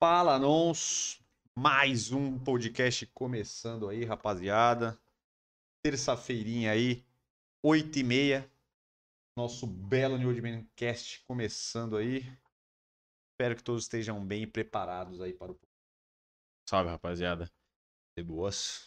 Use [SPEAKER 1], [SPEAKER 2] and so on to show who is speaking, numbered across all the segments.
[SPEAKER 1] Fala, Nons. Mais um podcast começando aí, rapaziada. Terça-feirinha aí, 8h30. Nosso belo New Old Man Cast começando aí. Espero que todos estejam bem preparados aí para o...
[SPEAKER 2] Salve, rapaziada. De boas.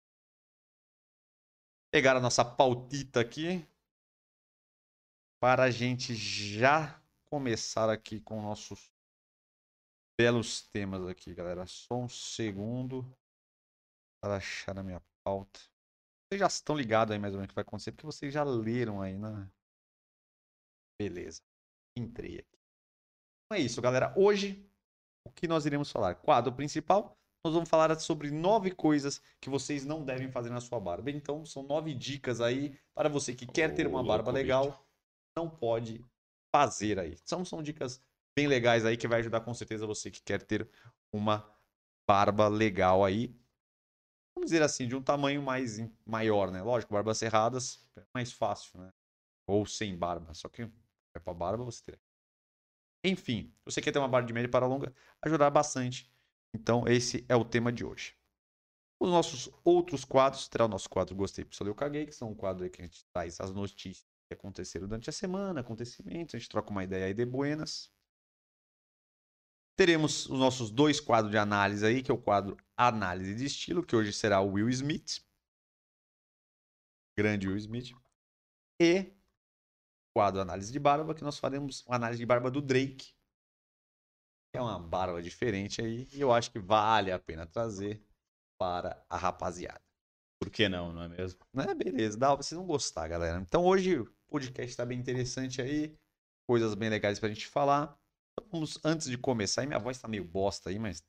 [SPEAKER 1] Pegar a nossa pautita aqui para a gente já começar aqui com nossos belos temas aqui, galera. Só um segundo para achar a minha pauta. Vocês já estão ligados aí mais ou menos o que vai acontecer, porque vocês já leram aí, né? Beleza. Entrei aqui. Então é isso, galera. Hoje, o que nós iremos falar? Quadro principal, nós vamos falar sobre 9 coisas que vocês não devem fazer na sua barba. Então, são 9 dicas aí para você que quer ter
[SPEAKER 2] Ô,
[SPEAKER 1] uma barba
[SPEAKER 2] louco, bicho.
[SPEAKER 1] legal, não pode fazer aí. São dicas bem legais aí que vai ajudar com certeza você que quer ter uma barba legal aí. Vamos dizer assim, de um tamanho mais maior, né? Lógico, barbas cerradas é mais fácil, né? Ou sem barba. Só que é para barba você ter. Enfim, se você quer ter uma barba de média para longa, ajudar bastante. Então, esse é o tema de hoje. Os nossos outros quadros, terá o nosso quadro Gostei, Pistolei, Eu Caguei, que são um quadro aí que a gente traz as notícias que aconteceram durante a semana, acontecimentos, a gente troca uma ideia aí de buenas. Teremos os nossos 2 quadros de análise aí, que é o quadro Análise de Estilo, que hoje será o Will Smith. Grande Will Smith. E o quadro Análise de Barba, que nós faremos uma análise de barba do Drake. É uma barba diferente aí e eu acho que vale a pena trazer para a rapaziada.
[SPEAKER 2] Por que não, não é mesmo?
[SPEAKER 1] Né? Beleza, dá pra vocês vão gostar, galera. Então hoje o podcast está bem interessante aí, coisas bem legais pra gente falar. Então, vamos, antes de começar, e minha voz tá meio bosta aí, mas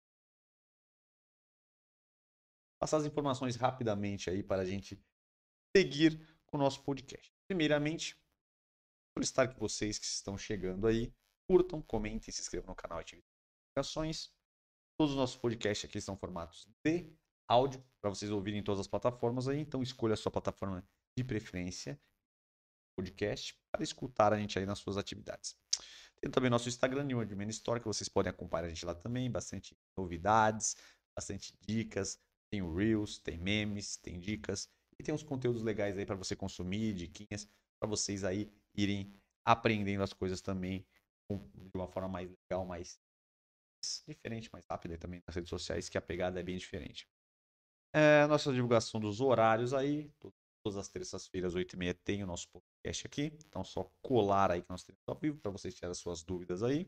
[SPEAKER 1] passar as informações rapidamente aí para a gente seguir com o nosso podcast. Primeiramente, solicitar que vocês que estão chegando aí, curtam, comentem, se inscrevam no canal e ativem as notificações. Todos os nossos podcasts aqui são formatos de áudio para vocês ouvirem em todas as plataformas aí. Então escolha a sua plataforma de preferência, podcast, para escutar a gente aí nas suas atividades. Tem também nosso Instagram, New Old Man Store, que vocês podem acompanhar a gente lá também. Bastante novidades, bastante dicas. Tem o Reels, tem memes, tem dicas. E tem uns conteúdos legais aí para você consumir, diquinhas, para vocês aí irem aprendendo as coisas também de uma forma mais legal, mais diferente, mais rápida também nas redes sociais, que a pegada é bem diferente. Nossa divulgação dos horários aí, todas as terças-feiras, 8h30, tem o nosso podcast aqui. Então, só colar aí que nós temos ao vivo para vocês tirarem as suas dúvidas aí.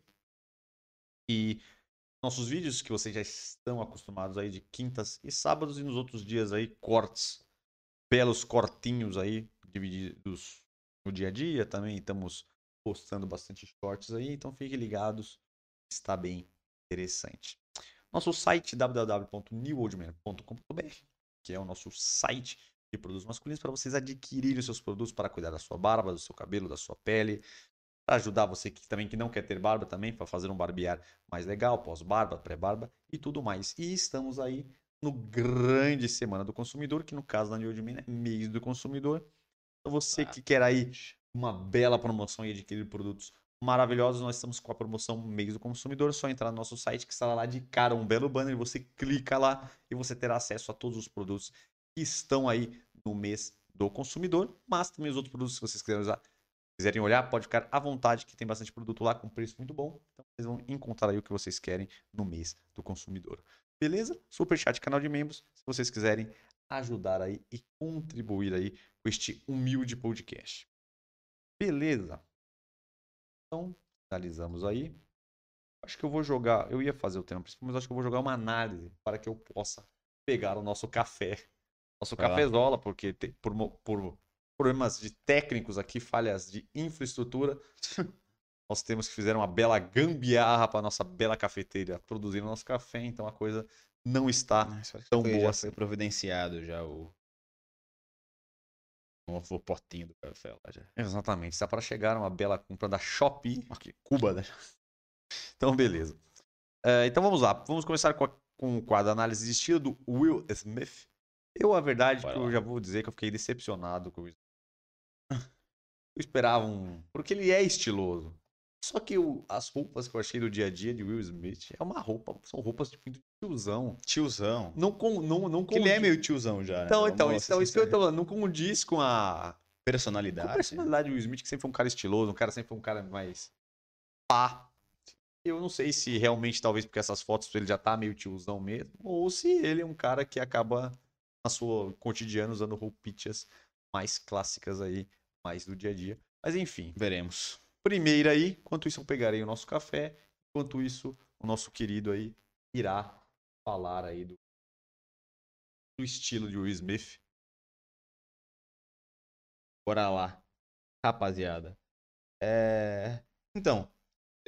[SPEAKER 1] E nossos vídeos que vocês já estão acostumados aí de quintas e sábados, e nos outros dias aí, cortes, belos cortinhos aí, divididos no dia a dia. Também estamos postando bastante shorts aí, então fiquem ligados, está bem interessante. Nosso site www.newoldman.com.br, que é o nosso site de produtos masculinos para vocês adquirirem os seus produtos para cuidar da sua barba, do seu cabelo, da sua pele, para ajudar você que também que não quer ter barba também, para fazer um barbear mais legal, pós-barba, pré-barba e tudo mais. E estamos aí no grande Semana do Consumidor, que no caso da New Old Man é mês do consumidor. Então você que quer aí uma bela promoção e adquirir produtos maravilhosos, nós estamos com a promoção Mês do Consumidor. É só entrar no nosso site que estará lá de cara um belo banner, você clica lá e você terá acesso a todos os produtos que estão aí no mês do consumidor, mas também os outros produtos que vocês quiserem olhar, pode ficar à vontade, que tem bastante produto lá com preço muito bom. Então vocês vão encontrar aí o que vocês querem no mês do consumidor. Beleza? Superchat, canal de membros, se vocês quiserem ajudar aí e contribuir aí com este humilde podcast. Beleza? Então, finalizamos aí. Acho que eu vou jogar, eu ia fazer o tema principal, mas acho que eu vou jogar uma análise para que eu possa pegar o nosso café. Nosso
[SPEAKER 2] Vai lá.
[SPEAKER 1] cafezola, porque por problemas de técnicos aqui, falhas de infraestrutura, nós temos que fazer uma bela gambiarra para nossa bela cafeteira produzir o nosso café, então a coisa não está tão boa
[SPEAKER 2] Já
[SPEAKER 1] assim.
[SPEAKER 2] foi providenciado já o novo potinho do café lá já.
[SPEAKER 1] Exatamente, está para chegar uma bela compra da Shopee, aqui, Cuba, né? Então, beleza. Então vamos lá, vamos começar com o quadro Análise de Estilo do Will Smith. A verdade, que
[SPEAKER 2] Bora
[SPEAKER 1] eu
[SPEAKER 2] lá.
[SPEAKER 1] já vou dizer que eu fiquei decepcionado com o Will Smith. Eu esperava um. Porque ele é estiloso. Só que as roupas que eu achei do dia a dia de Will Smith é uma roupa, são roupas tipo de tiozão.
[SPEAKER 2] Tiozão.
[SPEAKER 1] Não
[SPEAKER 2] Que ele é
[SPEAKER 1] condiz.
[SPEAKER 2] meio tiozão já, né?
[SPEAKER 1] Então,
[SPEAKER 2] Vamos ser
[SPEAKER 1] isso que eu tô
[SPEAKER 2] sinceros.
[SPEAKER 1] falando, não condiz com com a
[SPEAKER 2] Personalidade.
[SPEAKER 1] personalidade do Will Smith, que sempre foi um cara estiloso, um cara sempre foi um cara mais pá. Eu não sei se realmente, talvez porque essas fotos ele já tá meio tiozão mesmo, ou se ele é um cara que acaba na sua cotidiano usando roupitas mais clássicas aí, mais do dia a dia. Mas enfim,
[SPEAKER 2] Veremos.
[SPEAKER 1] primeiro aí, enquanto isso eu pegarei o nosso café, enquanto isso o nosso querido aí irá falar aí do estilo de Will Smith.
[SPEAKER 2] Bora lá, rapaziada. Então,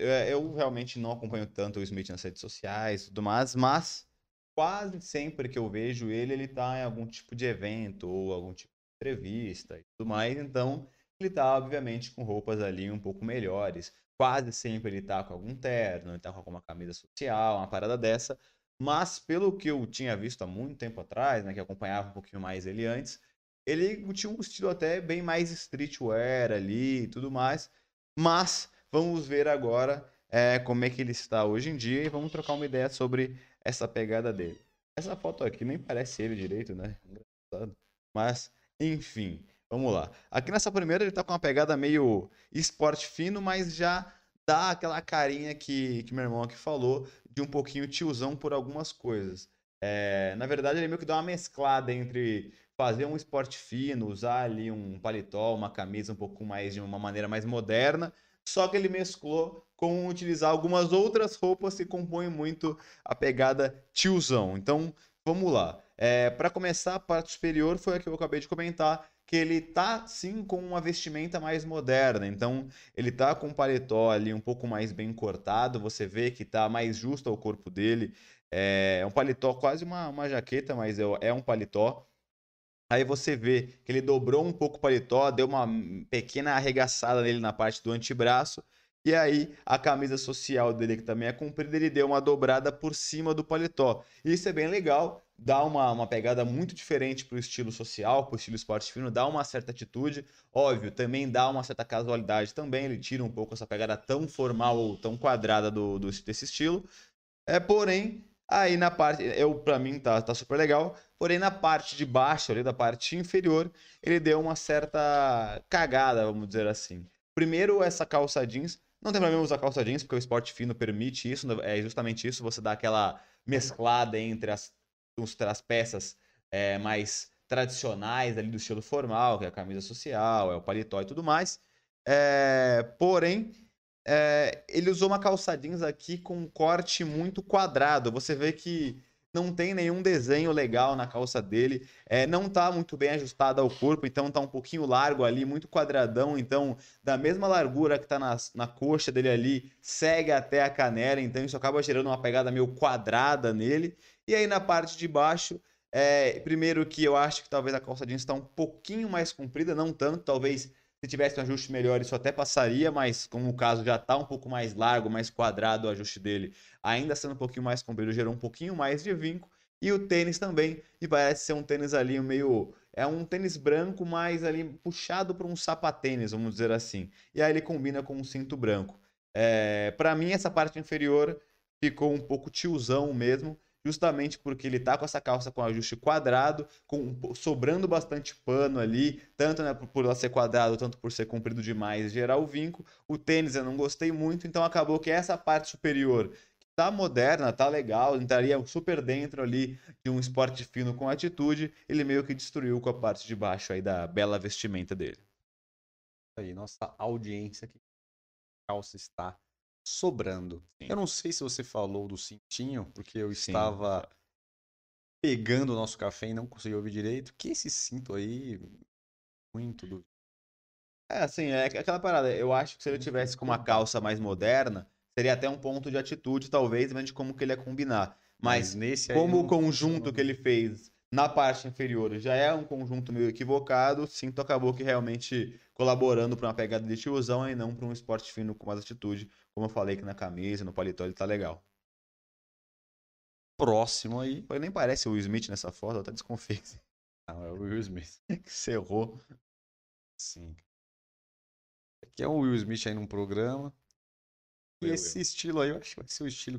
[SPEAKER 2] eu realmente não acompanho tanto o Smith nas redes sociais e tudo mais, mas quase sempre que eu vejo ele, ele tá em algum tipo de evento ou algum tipo de entrevista e tudo mais, então ele tá, obviamente, com roupas ali um pouco melhores. Quase sempre ele tá com algum terno, ele tá com alguma camisa social, uma parada dessa. Mas pelo que eu tinha visto há muito tempo atrás, né, que eu acompanhava um pouquinho mais ele antes, ele tinha um estilo até bem mais streetwear ali e tudo mais. Mas vamos ver agora como é que ele está hoje em dia e vamos trocar uma ideia sobre essa pegada dele. Essa foto aqui nem parece ele direito, né? Engraçado. Mas, enfim, vamos lá. Aqui nessa primeira ele tá com uma pegada meio esporte fino, mas já dá aquela carinha que meu irmão aqui falou, de um pouquinho tiozão por algumas coisas. Na verdade, ele meio que dá uma mesclada entre fazer um esporte fino, usar ali um paletó, uma camisa um pouco mais de uma maneira mais moderna, só que ele mesclou com utilizar algumas outras roupas que compõem muito a pegada tiozão. Então, vamos lá. Para começar, a parte superior foi a que eu acabei de comentar, que ele tá sim com uma vestimenta mais moderna. Então, ele tá com um paletó ali um pouco mais bem cortado, você vê que tá mais justo ao corpo dele. É um paletó, quase uma jaqueta, mas é um paletó. Aí você vê que ele dobrou um pouco o paletó, deu uma pequena arregaçada nele na parte do antebraço. E aí a camisa social dele, que também é comprida, ele deu uma dobrada por cima do paletó. Isso é bem legal, dá uma pegada muito diferente para o estilo social, para o estilo esporte fino, dá uma certa atitude. Óbvio, também dá uma certa casualidade também, ele tira um pouco essa pegada tão formal ou tão quadrada desse estilo. Porém, aí na parte, para mim tá super legal, porém na parte de baixo ali, da parte inferior, ele deu uma certa cagada, vamos dizer assim. Primeiro, essa calça jeans, não tem problema usar calça jeans, porque o esporte fino permite isso, é justamente isso, você dá aquela mesclada entre as peças mais tradicionais ali do estilo formal, que é a camisa social, é o paletó e tudo mais. Porém, ele usou uma calça jeans aqui com um corte muito quadrado. Você vê que não tem nenhum desenho legal na calça dele. Não tá muito bem ajustado ao corpo, então tá um pouquinho largo ali, muito quadradão. Então, da mesma largura que tá na coxa dele ali, segue até a canela. Então, isso acaba gerando uma pegada meio quadrada nele. E aí, na parte de baixo, primeiro que eu acho que talvez a calça jeans está um pouquinho mais comprida, não tanto, talvez se tivesse um ajuste melhor, isso até passaria, mas como o caso já está um pouco mais largo, mais quadrado o ajuste dele, ainda sendo um pouquinho mais comprido, gerou um pouquinho mais de vinco. E o tênis também, e parece ser um tênis ali meio. É um tênis branco, mas ali puxado para um sapatênis, vamos dizer assim. E aí ele combina com um cinto branco. Para mim, essa parte inferior ficou um pouco tiozão mesmo, justamente porque ele tá com essa calça com ajuste quadrado, sobrando bastante pano ali, tanto né, por ela ser quadrado, tanto por ser comprido demais e gerar o vinco. O tênis eu não gostei muito, então acabou que essa parte superior que tá moderna, tá legal, entraria super dentro ali de um esporte fino com atitude, ele meio que destruiu com a parte de baixo aí da bela vestimenta dele.
[SPEAKER 1] Aí, nossa audiência que calça está sobrando.
[SPEAKER 2] Sim,
[SPEAKER 1] Eu não sei se você falou do cintinho, porque eu
[SPEAKER 2] sim.
[SPEAKER 1] estava pegando o nosso café e não consegui ouvir direito. Que esse cinto aí, muito do.
[SPEAKER 2] Assim, é aquela parada. Eu acho que se ele tivesse com uma calça mais moderna, seria até um ponto de atitude, talvez, mas de como que ele ia combinar.
[SPEAKER 1] Mas
[SPEAKER 2] Mas
[SPEAKER 1] nesse aí
[SPEAKER 2] como o
[SPEAKER 1] não funcionou
[SPEAKER 2] conjunto que ele
[SPEAKER 1] muito.
[SPEAKER 2] fez na parte inferior já é um conjunto meio equivocado, o cinto acabou que realmente colaborando para uma pegada de tiozão e não para um esporte fino com mais atitude, como eu falei que na camisa, no paletó ele tá legal.
[SPEAKER 1] Próximo aí.
[SPEAKER 2] Pô, nem parece o Will Smith nessa foto, eu até desconfiei
[SPEAKER 1] Não, é o Will Smith.
[SPEAKER 2] que você errou.
[SPEAKER 1] Sim. Aqui é o Will Smith aí num programa. E esse estilo aí, eu acho que vai ser o estilo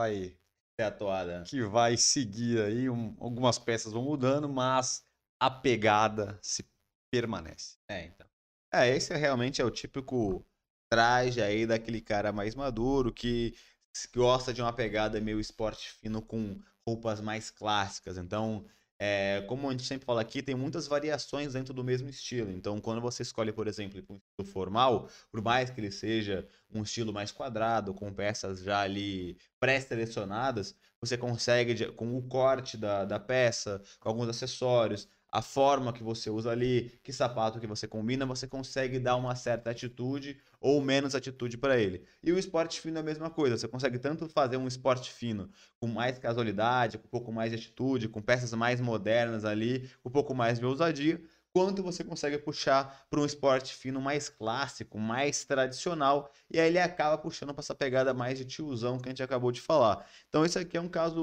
[SPEAKER 2] É atuada.
[SPEAKER 1] que vai seguir aí. Algumas peças vão mudando, mas a pegada se permanece.
[SPEAKER 2] Então. Esse realmente é o típico traje aí daquele cara mais maduro que gosta de uma pegada meio esporte fino com roupas mais clássicas. Então, como a gente sempre fala aqui, tem muitas variações dentro do mesmo estilo. Então, quando você escolhe, por exemplo, um estilo formal, por mais que ele seja um estilo mais quadrado, com peças já ali pré-selecionadas, você consegue, com o corte da peça, com alguns acessórios, a forma que você usa ali, que sapato que você combina, você consegue dar uma certa atitude ou menos atitude para ele. E o esporte fino é a mesma coisa, você consegue tanto fazer um esporte fino com mais casualidade, com um pouco mais de atitude, com peças mais modernas ali, com um pouco mais de ousadia, quanto você consegue puxar para um esporte fino mais clássico, mais tradicional, e aí ele acaba puxando para essa pegada mais de tiozão que a gente acabou de falar. Então esse aqui é um caso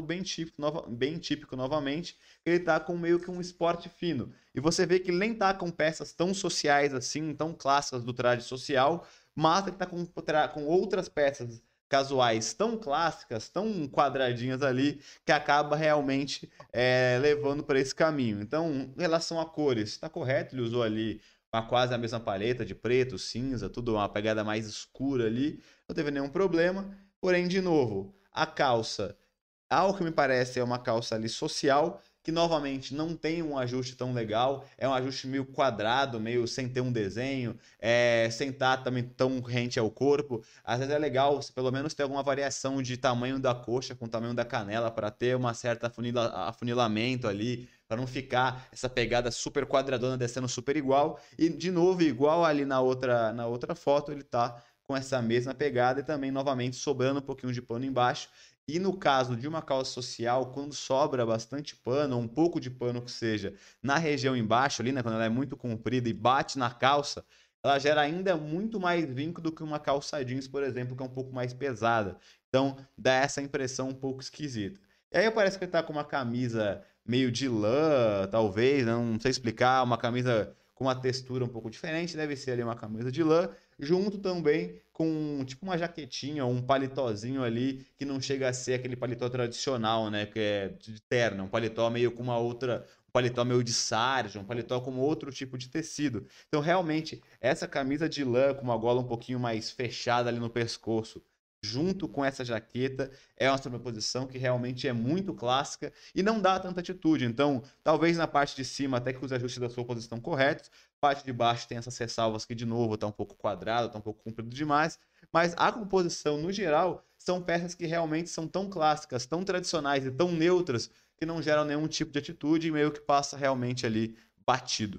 [SPEAKER 2] bem típico novamente, ele tá com meio que um esporte fino. E você vê que ele nem tá com peças tão sociais assim, tão clássicas do traje social, mas ele tá com outras peças casuais tão clássicas, tão quadradinhas ali, que acaba realmente levando para esse caminho. Então, em relação a cores, está correto, ele usou ali quase a mesma paleta de preto, cinza, tudo uma pegada mais escura ali, não teve nenhum problema. Porém, de novo, a calça, ao que me parece, é uma calça ali social, que novamente não tem um ajuste tão legal, é um ajuste meio quadrado, meio sem ter um desenho, sem estar também tão rente ao corpo. Às vezes é legal, pelo menos ter alguma variação de tamanho da coxa com o tamanho da canela, para ter uma certa afunilamento ali, para não ficar essa pegada super quadradona descendo super igual. E de novo, igual ali na outra foto, ele tá com essa mesma pegada e também novamente sobrando um pouquinho de pano embaixo. E no caso de uma calça social, quando sobra bastante pano, ou um pouco de pano que seja, na região embaixo ali, né, quando ela é muito comprida e bate na calça, ela gera ainda muito mais vinco do que uma calça jeans, por exemplo, que é um pouco mais pesada. Então, dá essa impressão um pouco esquisita. E aí parece que ele tá com uma camisa meio de lã, talvez, não sei explicar, uma camisa com uma textura um pouco diferente, deve ser ali uma camisa de lã, junto também com tipo uma jaquetinha ou um paletózinho ali, que não chega a ser aquele paletó tradicional, né, que é de terno, um paletó meio com uma outra, um paletó meio de sarja, um paletó com outro tipo de tecido. Então, realmente, essa camisa de lã com uma gola um pouquinho mais fechada ali no pescoço, junto com essa jaqueta, é uma sobreposição que realmente é muito clássica e não dá tanta atitude. Então, talvez na parte de cima, até que os ajustes das roupas estão corretos, parte de baixo tem essas ressalvas que, de novo, tá um pouco quadrado, tá um pouco comprido demais, mas a composição, no geral, são peças que realmente são tão clássicas, tão tradicionais e tão neutras, que não geram nenhum tipo de atitude e meio que passa realmente ali batido.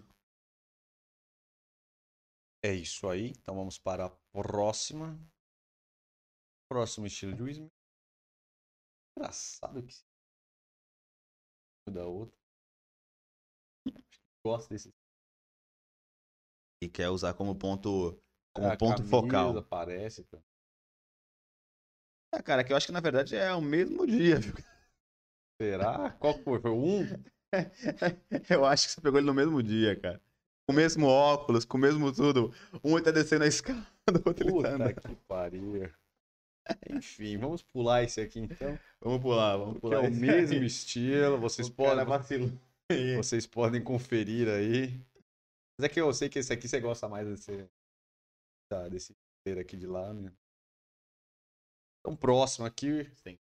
[SPEAKER 1] É isso aí. Então vamos para a próxima. Próximo estilo de Will Smith. Engraçado que se da outra. Gosto desse.
[SPEAKER 2] E quer usar como
[SPEAKER 1] A
[SPEAKER 2] ponto
[SPEAKER 1] camisa
[SPEAKER 2] focal.
[SPEAKER 1] parece.
[SPEAKER 2] Cara, que eu acho que na verdade é o mesmo dia, viu?
[SPEAKER 1] Será? Qual que foi? Foi o 1?
[SPEAKER 2] Eu acho que você pegou ele no mesmo dia, cara. Com o mesmo óculos, com o mesmo tudo. Um tá descendo a escada, o outro ele tá
[SPEAKER 1] Puta
[SPEAKER 2] andando.
[SPEAKER 1] que pariu. Enfim, vamos pular esse aqui então.
[SPEAKER 2] Vamos
[SPEAKER 1] Porque é
[SPEAKER 2] pular
[SPEAKER 1] o
[SPEAKER 2] esse
[SPEAKER 1] mesmo
[SPEAKER 2] aí.
[SPEAKER 1] estilo.
[SPEAKER 2] O cara vacilou.
[SPEAKER 1] Vocês podem conferir aí. Mas é que eu sei que esse aqui você gosta mais desse aqui de lá, né? Então, próximo aqui.
[SPEAKER 2] Sim.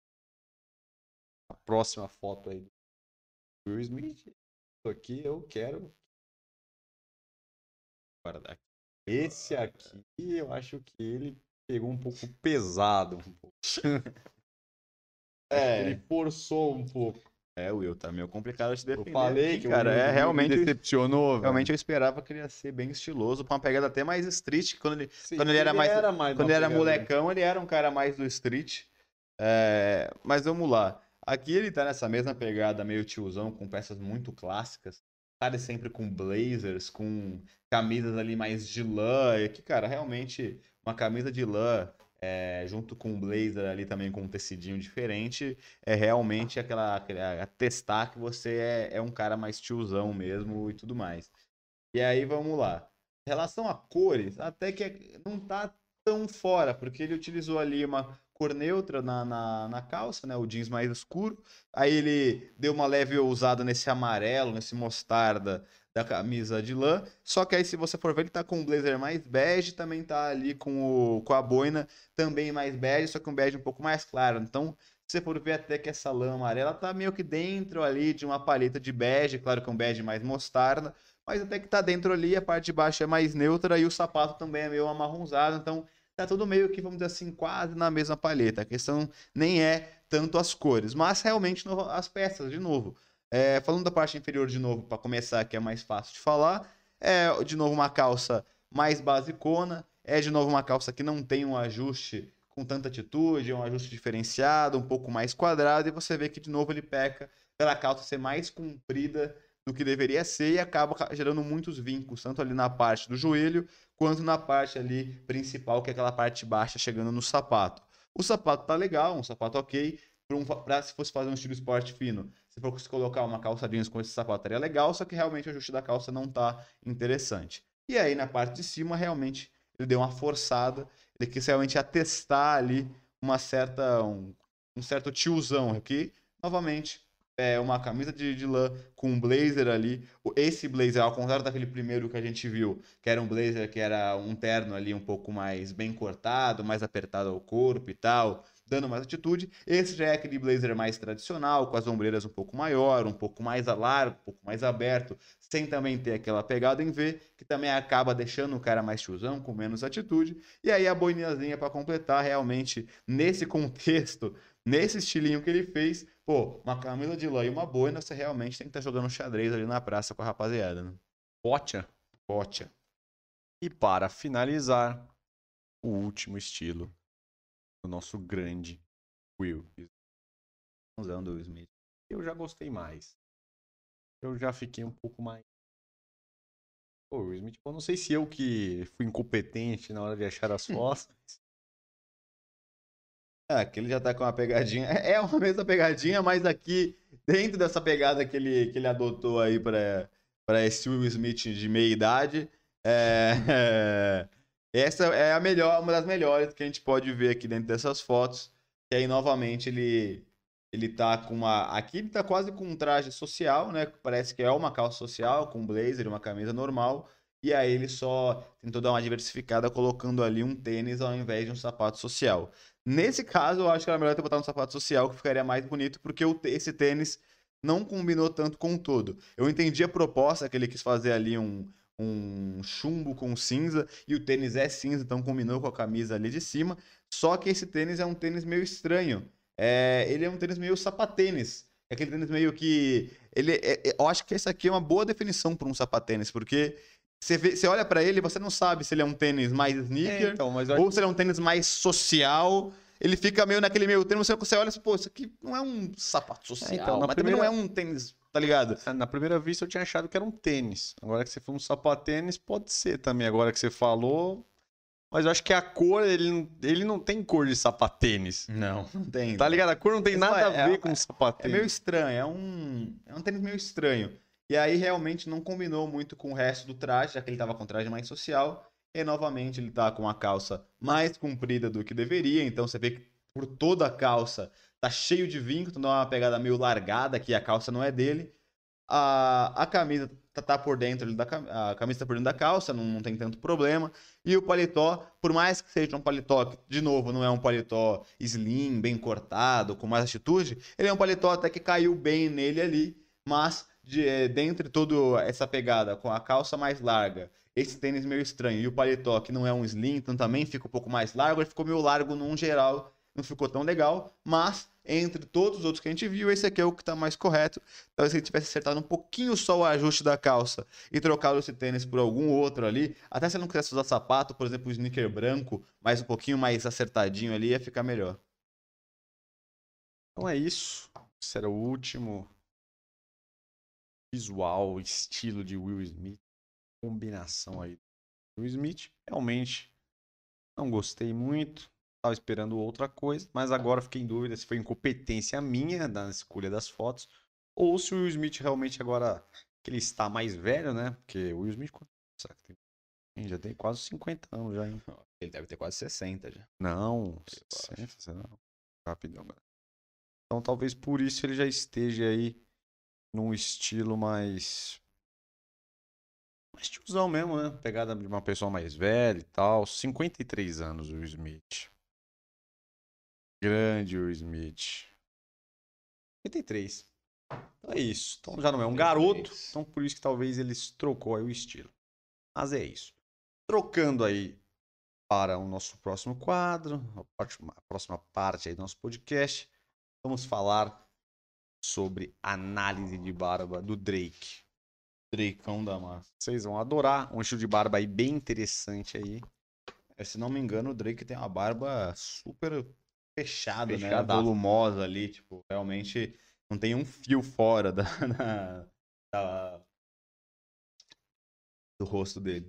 [SPEAKER 1] A próxima foto aí do Will Smith. Isso aqui eu quero.
[SPEAKER 2] Guardar aqui.
[SPEAKER 1] Esse aqui eu acho que ele pegou um pouco pesado. Acho que ele forçou um pouco.
[SPEAKER 2] Will, tá meio complicado de
[SPEAKER 1] Eu
[SPEAKER 2] defender
[SPEAKER 1] falei
[SPEAKER 2] aqui,
[SPEAKER 1] que o
[SPEAKER 2] cara.
[SPEAKER 1] Will me decepcionou,
[SPEAKER 2] Realmente
[SPEAKER 1] velho.
[SPEAKER 2] eu esperava que ele ia ser bem estiloso, com uma pegada até mais street.
[SPEAKER 1] Sim,
[SPEAKER 2] Quando ele era mais,
[SPEAKER 1] era mais
[SPEAKER 2] quando
[SPEAKER 1] uma
[SPEAKER 2] ele era
[SPEAKER 1] pegada.
[SPEAKER 2] molecão, ele era um cara mais do street. Mas vamos lá. Aqui ele tá nessa mesma pegada meio tiozão, com peças muito clássicas. Cara, sempre com blazers, com camisas ali mais de lã. E aqui, cara, realmente uma camisa de lã, junto com um blazer ali também com um tecidinho diferente, é realmente atestar que você é um cara mais tiozão mesmo e tudo mais. E aí vamos lá. Em relação a cores, até que não tá tão fora, porque ele utilizou ali uma cor neutra na calça, né? O jeans mais escuro. Aí ele deu uma leve ousada nesse amarelo, nesse mostarda da camisa de lã. Só que aí, se você for ver, ele tá com um blazer mais bege, também tá ali com a boina também mais bege, só que um bege um pouco mais claro. Então, se você for ver até que essa lã amarela tá meio que dentro ali de uma paleta de bege, claro que é um bege mais mostarda, mas até que tá dentro ali, a parte de baixo é mais neutra e o sapato também é meio amarronzado, então tá tudo meio que, vamos dizer assim, quase na mesma paleta. A questão nem é tanto as cores, mas realmente as peças, de novo. Falando da parte inferior de novo, para começar, que é mais fácil de falar, é de novo uma calça mais basicona, é de novo uma calça que não tem um ajuste com tanta atitude, é um ajuste diferenciado, um pouco mais quadrado, e você vê que de novo ele peca pela calça ser mais comprida do que deveria ser e acaba gerando muitos vincos, tanto ali na parte do joelho, quanto na parte ali principal, que é aquela parte baixa chegando no sapato. O sapato tá legal, um sapato ok, se fosse fazer um estilo esporte fino, se fosse colocar uma calça jeans com esse sapato, estaria legal, só que realmente o ajuste da calça não tá interessante. E aí na parte de cima, realmente, ele deu uma forçada, ele quis realmente atestar ali um certo tiozão aqui, novamente, uma camisa de lã com um blazer ali. Esse blazer, ao contrário daquele primeiro que a gente viu, que era um blazer que era um terno ali um pouco mais bem cortado, mais apertado ao corpo e tal, dando mais atitude. Esse já é aquele blazer mais tradicional, com as ombreiras um pouco maior, um pouco mais largo, um pouco mais aberto, sem também ter aquela pegada em V, que também acaba deixando o cara mais tiozão, com menos atitude. E aí a boinazinha para completar, realmente, nesse contexto, nesse estilinho que ele fez, pô, uma camisa de lã e uma boina, você realmente tem que estar jogando xadrez ali na praça com a rapaziada, né?
[SPEAKER 1] Pocha.
[SPEAKER 2] Pocha.
[SPEAKER 1] E para finalizar, o último estilo do nosso grande Will.
[SPEAKER 2] Usando o Smith.
[SPEAKER 1] Eu já gostei mais. Eu já fiquei um pouco mais. Pô, Will Smith, eu não sei se eu que fui incompetente na hora de achar as fotos.
[SPEAKER 2] Aqui ele já tá com uma pegadinha. É uma mesma pegadinha, mas aqui, dentro dessa pegada que ele adotou aí para esse Will Smith de meia idade, essa é a melhor, uma das melhores que a gente pode ver aqui dentro dessas fotos. Que aí, novamente, ele tá com uma. Aqui ele tá quase com um traje social, né? Parece que é uma calça social, com um blazer, uma camisa normal. E aí ele só tentou dar uma diversificada colocando ali um tênis ao invés de um sapato social. Nesse caso, eu acho que era melhor ter botado um sapato social, que ficaria mais bonito, porque esse tênis não combinou tanto com o todo. Eu entendi a proposta que ele quis fazer ali um chumbo com cinza, e o tênis é cinza, então combinou com a camisa ali de cima. Só que esse tênis é um tênis meio estranho. Ele é um tênis meio sapatênis. É aquele tênis meio que. Eu acho que essa aqui é uma boa definição para um sapatênis, porque você olha pra ele e você não sabe se ele é um tênis mais sneaker
[SPEAKER 1] Então, mas eu
[SPEAKER 2] ou
[SPEAKER 1] acho
[SPEAKER 2] se ele é um tênis mais social. Ele fica meio naquele meio termo, você olha e pô, isso aqui não é um sapato social,
[SPEAKER 1] então, na
[SPEAKER 2] mas
[SPEAKER 1] primeira-
[SPEAKER 2] também não é um tênis, tá ligado?
[SPEAKER 1] na primeira vista eu tinha achado que era um tênis. Agora que você falou um sapatênis, pode ser também. Agora que você falou. Mas eu acho que a cor, ele não tem cor de sapatênis.
[SPEAKER 2] Não tem.
[SPEAKER 1] Tá ligado? A cor não tem
[SPEAKER 2] Mas,
[SPEAKER 1] nada
[SPEAKER 2] pô,
[SPEAKER 1] a ver com
[SPEAKER 2] é
[SPEAKER 1] sapatênis.
[SPEAKER 2] meio estranho, é um tênis meio estranho. E aí realmente não combinou muito com o resto do traje, já que ele tava com traje mais social. E novamente ele tá com a calça mais comprida do que deveria, então você vê que por toda a calça tá cheio de vinco, então dá uma pegada meio largada, que a calça não é dele. A camisa tá por dentro a camisa tá por dentro da calça, não tem tanto problema. E o paletó, por mais que seja um paletó que, de novo, não é um paletó slim, bem cortado, com mais atitude, ele é um paletó até que caiu bem nele ali, mas dentre toda essa pegada, com a calça mais larga, esse tênis meio estranho e o paletó que não é um slim, então também fica um pouco mais largo, ele ficou meio largo num geral, não ficou tão legal, mas entre todos os outros que a gente viu, esse aqui é o que está mais correto. Talvez se ele tivesse acertado um pouquinho só o ajuste da calça e trocado esse tênis por algum outro ali, até se ele não quisesse usar sapato, por exemplo, o sneaker branco, mas um pouquinho mais acertadinho ali, ia ficar melhor.
[SPEAKER 1] Então é isso. Esse era o último visual, estilo de Will Smith. Combinação aí. Will Smith, realmente não gostei muito. Estava esperando outra coisa, mas agora fiquei em dúvida se foi incompetência minha na escolha das fotos ou se o Will Smith realmente agora que ele está mais velho, né? Porque o Will Smith, será que tem? Ih, já tem quase 50 anos já, hein?
[SPEAKER 2] Ele deve ter quase 60 já.
[SPEAKER 1] Não, 60, não. Rapidão, galera. Então talvez por isso ele já esteja aí num estilo mais tiozão mesmo, né? Pegada de uma pessoa mais velha e tal. 53 anos, o Will Smith. Grande Will Smith. 53. Então é isso. Então já não é um garoto.
[SPEAKER 2] 53.
[SPEAKER 1] Então por isso que talvez ele trocou aí o estilo. Mas é isso. Trocando aí para o nosso próximo quadro, a próxima parte aí do nosso podcast, vamos falar sobre análise de barba do Drake.
[SPEAKER 2] Drakeão da massa.
[SPEAKER 1] Vocês vão adorar. Um estilo de barba aí bem interessante aí.
[SPEAKER 2] Se não me engano, o Drake tem uma barba super fechada, né?
[SPEAKER 1] Fechadaça.
[SPEAKER 2] Volumosa ali, tipo, realmente não tem um fio fora do rosto dele.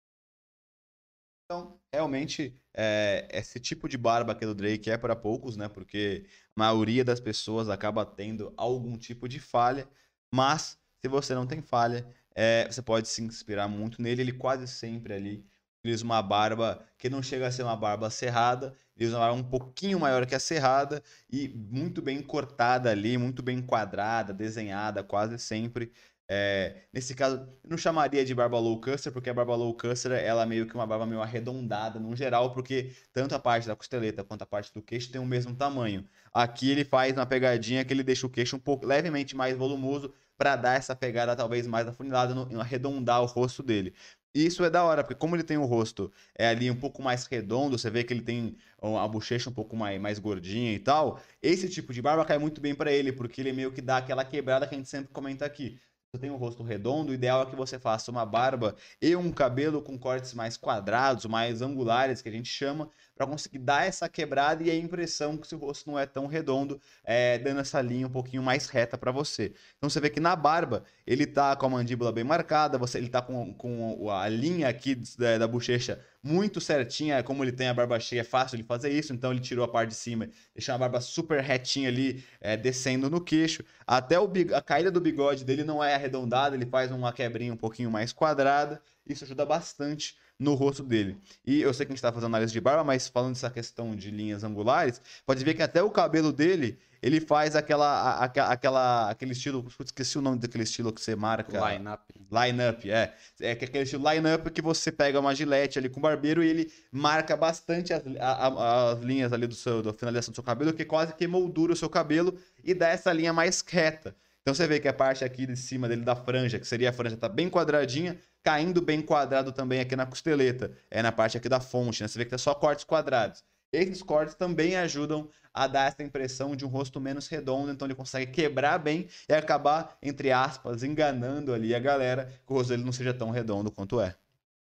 [SPEAKER 2] Então, realmente, esse tipo de barba aqui do Drake é para poucos, né? Porque a maioria das pessoas acaba tendo algum tipo de falha, mas se você não tem falha, você pode se inspirar muito nele. Ele quase sempre ali utiliza uma barba que não chega a ser uma barba cerrada, ele usa uma barba um pouquinho maior que a cerrada e muito bem cortada ali, muito bem quadrada, desenhada quase sempre. Nesse caso, eu não chamaria de barba low custer, porque a barba low custer ela é meio que uma barba meio arredondada no geral, porque tanto a parte da costeleta quanto a parte do queixo tem o mesmo tamanho. Aqui ele faz uma pegadinha que ele deixa o queixo um pouco levemente mais volumoso para dar essa pegada talvez mais afunilada, no arredondar o rosto dele. E isso é da hora, porque como ele tem o rosto ali um pouco mais redondo, você vê que ele tem a bochecha um pouco mais gordinha e tal, esse tipo de barba cai muito bem para ele, porque ele meio que dá aquela quebrada que a gente sempre comenta aqui. Você tem um rosto redondo, o ideal é que você faça uma barba e um cabelo com cortes mais quadrados, mais angulares, que a gente chama, para conseguir dar essa quebrada e a impressão que seu rosto não é tão redondo, dando essa linha um pouquinho mais reta para você. Então você vê que na barba ele tá com a mandíbula bem marcada, ele tá com a linha aqui da bochecha muito certinha, como ele tem a barba cheia, é fácil de fazer isso, então ele tirou a parte de cima, deixou a barba super retinha ali, descendo no queixo. Até a caída do bigode dele não é arredondada, ele faz uma quebrinha um pouquinho mais quadrada. Isso ajuda bastante no rosto dele. E eu sei que a gente está fazendo análise de barba, mas falando dessa questão de linhas angulares, pode ver que até o cabelo dele, ele faz aquele estilo, esqueci o nome daquele estilo que você marca.
[SPEAKER 1] Line-up.
[SPEAKER 2] Line-up, é que aquele estilo line-up que você pega uma gilete ali com o barbeiro e ele marca bastante as linhas ali da finalização do seu cabelo, que quase que moldura o seu cabelo e dá essa linha mais reta. Então você vê que a parte aqui de cima dele da franja, que seria a franja, tá bem quadradinha, caindo bem quadrado também aqui na costeleta, na parte aqui da fonte, né? Você vê que tá só cortes quadrados. Esses cortes também ajudam a dar essa impressão de um rosto menos redondo, então ele consegue quebrar bem e acabar, entre aspas, enganando ali a galera, que o rosto dele não seja tão redondo quanto é.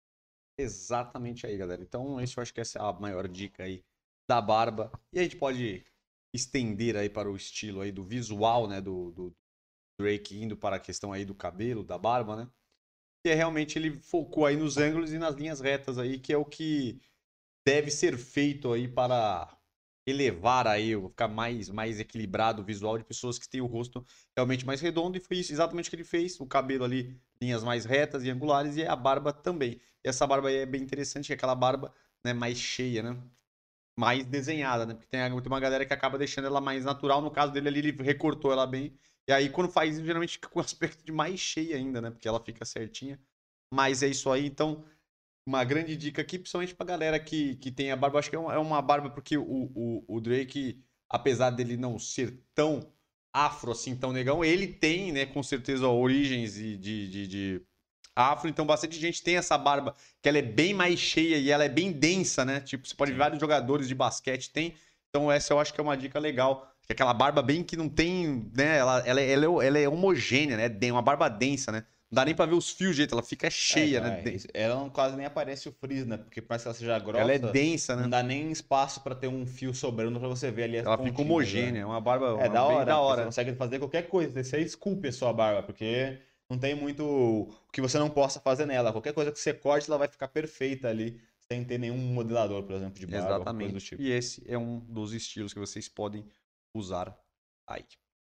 [SPEAKER 1] Exatamente aí, galera. Então, esse eu acho que essa é a maior dica aí da barba. E a gente pode estender aí para o estilo aí do visual, né, do Drake, indo para a questão aí do cabelo, da barba, né? Que é realmente ele focou aí nos ângulos e nas linhas retas aí, que é o que deve ser feito aí para elevar aí, ficar mais equilibrado o visual de pessoas que têm o rosto realmente mais redondo, e foi isso exatamente o que ele fez, o cabelo ali, linhas mais retas e angulares, e a barba também. E essa barba aí é bem interessante, que é aquela barba, né, mais cheia, né? Mais desenhada, né? Porque tem uma galera que acaba deixando ela mais natural, no caso dele ali, ele recortou ela bem, e aí quando faz isso, geralmente fica com aspecto de mais cheia ainda, né? Porque ela fica certinha. Mas é isso aí, então uma grande dica aqui, principalmente pra galera que tem a barba. Acho que é uma barba porque o Drake, apesar dele não ser tão afro assim, tão negão, ele tem, né, com certeza, origens de afro. Então, bastante gente tem essa barba que ela é bem mais cheia e ela é bem densa, né? Tipo, você pode ver vários jogadores de basquete tem. Então, essa eu acho que é uma dica legal. Que é aquela barba bem que não tem, né? Ela é homogênea, né? É uma barba densa, né? Não dá nem pra ver os fios, jeito, ela fica cheia, né?
[SPEAKER 2] Ela não, quase nem aparece o frizz, né? Porque por mais que ela seja grossa,
[SPEAKER 1] Ela é densa, né?
[SPEAKER 2] não dá nem espaço pra ter um fio sobrando pra você ver ali as
[SPEAKER 1] Ela fica
[SPEAKER 2] pontinhas,
[SPEAKER 1] homogênea,
[SPEAKER 2] né?
[SPEAKER 1] é uma barba
[SPEAKER 2] É da
[SPEAKER 1] bem
[SPEAKER 2] hora,
[SPEAKER 1] da
[SPEAKER 2] porque
[SPEAKER 1] hora.
[SPEAKER 2] você consegue fazer qualquer coisa, você esculpe a sua barba, porque não tem muito o que você não possa fazer nela. Qualquer coisa que você corte, ela vai ficar perfeita ali, sem ter nenhum modelador, por exemplo, de barba, alguma coisa do
[SPEAKER 1] Exatamente.
[SPEAKER 2] tipo.
[SPEAKER 1] E esse é um dos estilos que vocês podem usar aí.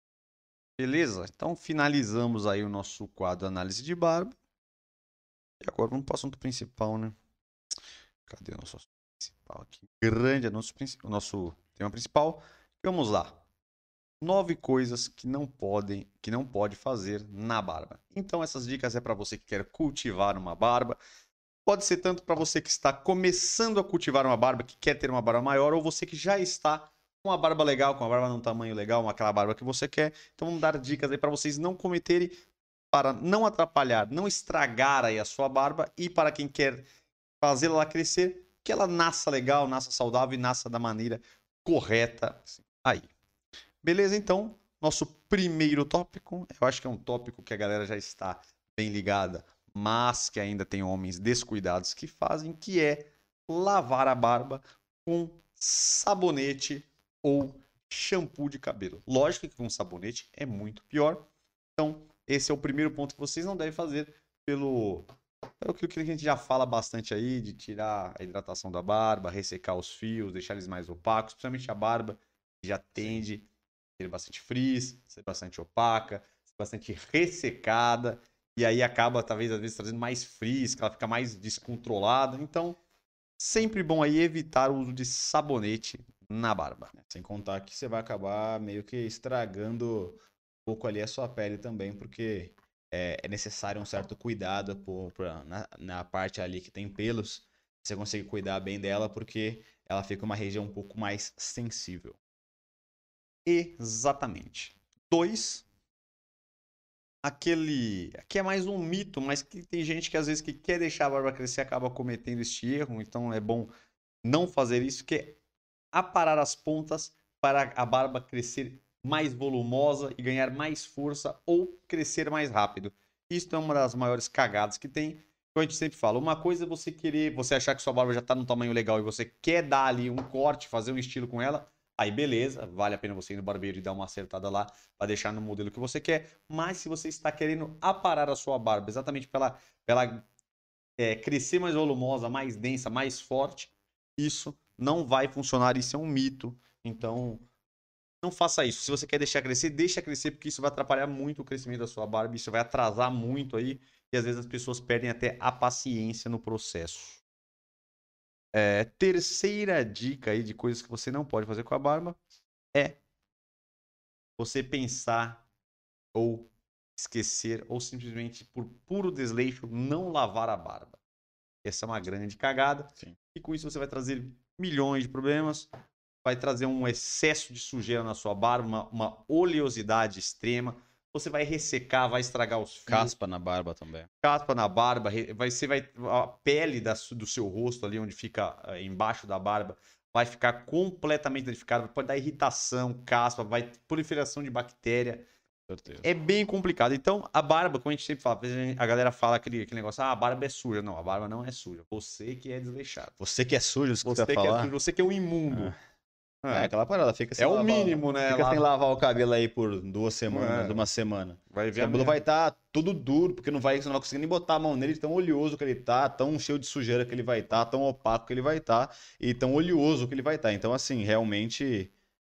[SPEAKER 1] Beleza? Então finalizamos aí o nosso quadro análise de barba. E agora vamos para o assunto principal, né? Cadê o nosso assunto principal aqui? Grande anúncio, o nosso tema principal. Vamos lá. 9 coisas que não pode fazer na barba. Então essas dicas é para você que quer cultivar uma barba. Pode ser tanto para você que está começando a cultivar uma barba, que quer ter uma barba maior, ou você que já está com uma barba legal, com uma barba num tamanho legal, aquela barba que você quer. Então vamos dar dicas aí para vocês não cometerem, para não atrapalhar, não estragar aí a sua barba, e para quem quer fazê-la crescer, que ela nasça legal, nasça saudável e nasça da maneira correta aí. Beleza? Então, nosso primeiro tópico, eu acho que é um tópico que a galera já está bem ligada, mas que ainda tem homens descuidados que fazem, que é lavar a barba com sabonete ou shampoo de cabelo. Lógico que com sabonete é muito pior. Então, esse é o primeiro ponto que vocês não devem fazer pelo que a gente já fala bastante aí, de tirar a hidratação da barba, ressecar os fios, deixar eles mais opacos, principalmente a barba, que já tende a ser bastante frizz, ser bastante opaca, ser bastante ressecada, e aí acaba, talvez, às vezes, trazendo mais frizz, que ela fica mais descontrolada. Então, sempre bom aí evitar o uso de sabonete na barba.
[SPEAKER 2] Sem contar que você vai acabar meio que estragando um pouco ali a sua pele também, porque é necessário um certo cuidado na parte ali que tem pelos. Você consegue cuidar bem dela porque ela fica uma região um pouco mais sensível.
[SPEAKER 1] Exatamente. 2, aqui é mais um mito, mas que tem gente que às vezes que quer deixar a barba crescer acaba cometendo este erro, então é bom não fazer isso, que é aparar as pontas para a barba crescer mais volumosa e ganhar mais força ou crescer mais rápido. Isso é uma das maiores cagadas que tem. Como a gente sempre fala, uma coisa é você achar que sua barba já está num tamanho legal e você quer dar ali um corte, fazer um estilo com ela, aí beleza, vale a pena você ir no barbeiro e dar uma acertada lá para deixar no modelo que você quer. Mas se você está querendo aparar a sua barba exatamente para ela crescer mais volumosa, mais densa, mais forte, isso não vai funcionar, isso é um mito. Então, não faça isso. Se você quer deixar crescer, deixa crescer, porque isso vai atrapalhar muito o crescimento da sua barba, isso vai atrasar muito aí, e às vezes as pessoas perdem até a paciência no processo. Terceira dica aí de coisas que você não pode fazer com a barba é você pensar ou esquecer, ou simplesmente por puro desleixo, não lavar a barba. Essa é uma grande cagada.
[SPEAKER 2] Sim.
[SPEAKER 1] E com isso você vai trazer milhões de problemas, vai trazer um excesso de sujeira na sua barba, uma oleosidade extrema. Você vai ressecar, vai estragar os fios.
[SPEAKER 2] Caspa na barba também.
[SPEAKER 1] Caspa na barba, a pele do seu rosto ali, onde fica embaixo da barba, vai ficar completamente danificada, pode dar irritação, caspa, vai proliferação de bactéria.
[SPEAKER 2] Certeza.
[SPEAKER 1] É bem complicado. Então, a barba, como a gente sempre fala, a galera fala aquele negócio, a barba é suja. Não, a barba não é suja. Você que é desleixado.
[SPEAKER 2] Você que é sujo, isso que
[SPEAKER 1] Você
[SPEAKER 2] você
[SPEAKER 1] que
[SPEAKER 2] vai
[SPEAKER 1] é
[SPEAKER 2] falar.
[SPEAKER 1] sujo, você que é um imundo.
[SPEAKER 2] Aquela parada, fica sem
[SPEAKER 1] É o
[SPEAKER 2] lavar,
[SPEAKER 1] mínimo, né?
[SPEAKER 2] Fica sem lavar o cabelo aí por 2 semanas, uma semana.
[SPEAKER 1] Vai
[SPEAKER 2] O
[SPEAKER 1] ver
[SPEAKER 2] cabelo vai estar tudo duro, porque você não vai conseguir nem botar a mão nele, tão oleoso que ele tá, tão cheio de sujeira que ele vai estar, tão opaco que ele vai estar, e tão oleoso que ele vai estar. Então, assim, realmente,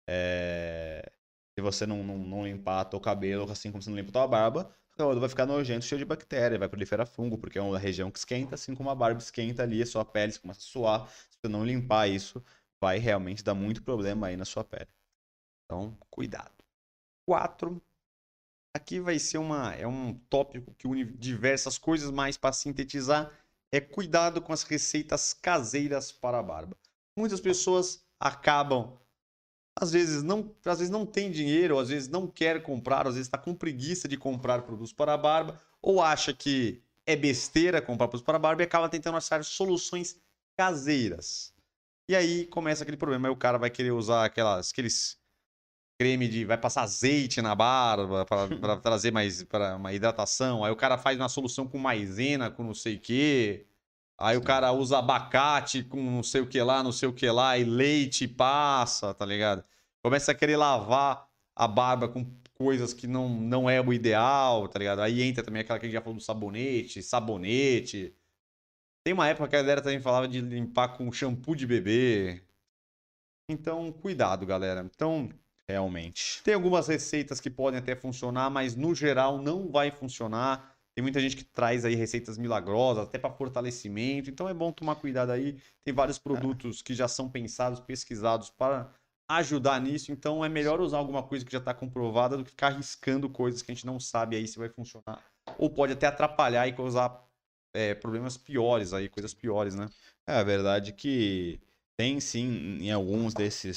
[SPEAKER 2] se você não limpar teu cabelo, assim como você não limpa tua barba, o cabelo vai ficar nojento, cheio de bactéria, vai proliferar fungo, porque é uma região que esquenta, assim como a barba esquenta ali, a sua pele começa a suar. Se você não limpar isso, vai realmente dar muito problema aí na sua pele.
[SPEAKER 1] Então, cuidado. 4. Aqui vai ser um tópico que une diversas coisas, mas para sintetizar, é cuidado com as receitas caseiras para a barba. Muitas pessoas acabam, às vezes não tem dinheiro, ou às vezes não quer comprar, ou às vezes está com preguiça de comprar produtos para a barba, ou acha que é besteira comprar produtos para a barba e acaba tentando achar soluções caseiras. E aí começa aquele problema, aí o cara vai querer usar aqueles creme vai passar azeite na barba para trazer mais para uma hidratação. Aí o cara faz uma solução com maisena, com não sei o quê. Aí o cara usa abacate com não sei o que lá, não sei o que lá, e leite e passa, tá ligado? Começa a querer lavar a barba com coisas que não é o ideal, tá ligado? Aí entra também aquela que a gente já falou do sabonete. Tem uma época que a galera também falava de limpar com shampoo de bebê. Então, cuidado, galera. Então,
[SPEAKER 2] Realmente.
[SPEAKER 1] tem algumas receitas que podem até funcionar, mas no geral não vai funcionar. Tem muita gente que traz aí receitas milagrosas, até para fortalecimento. Então é bom tomar cuidado aí. Tem vários produtos que já são pensados, pesquisados para ajudar nisso. Então é melhor usar alguma coisa que já está comprovada do que ficar arriscando coisas que a gente não sabe aí se vai funcionar. Ou pode até atrapalhar e causar problemas piores aí, coisas piores, né?
[SPEAKER 2] É a verdade que tem sim em alguns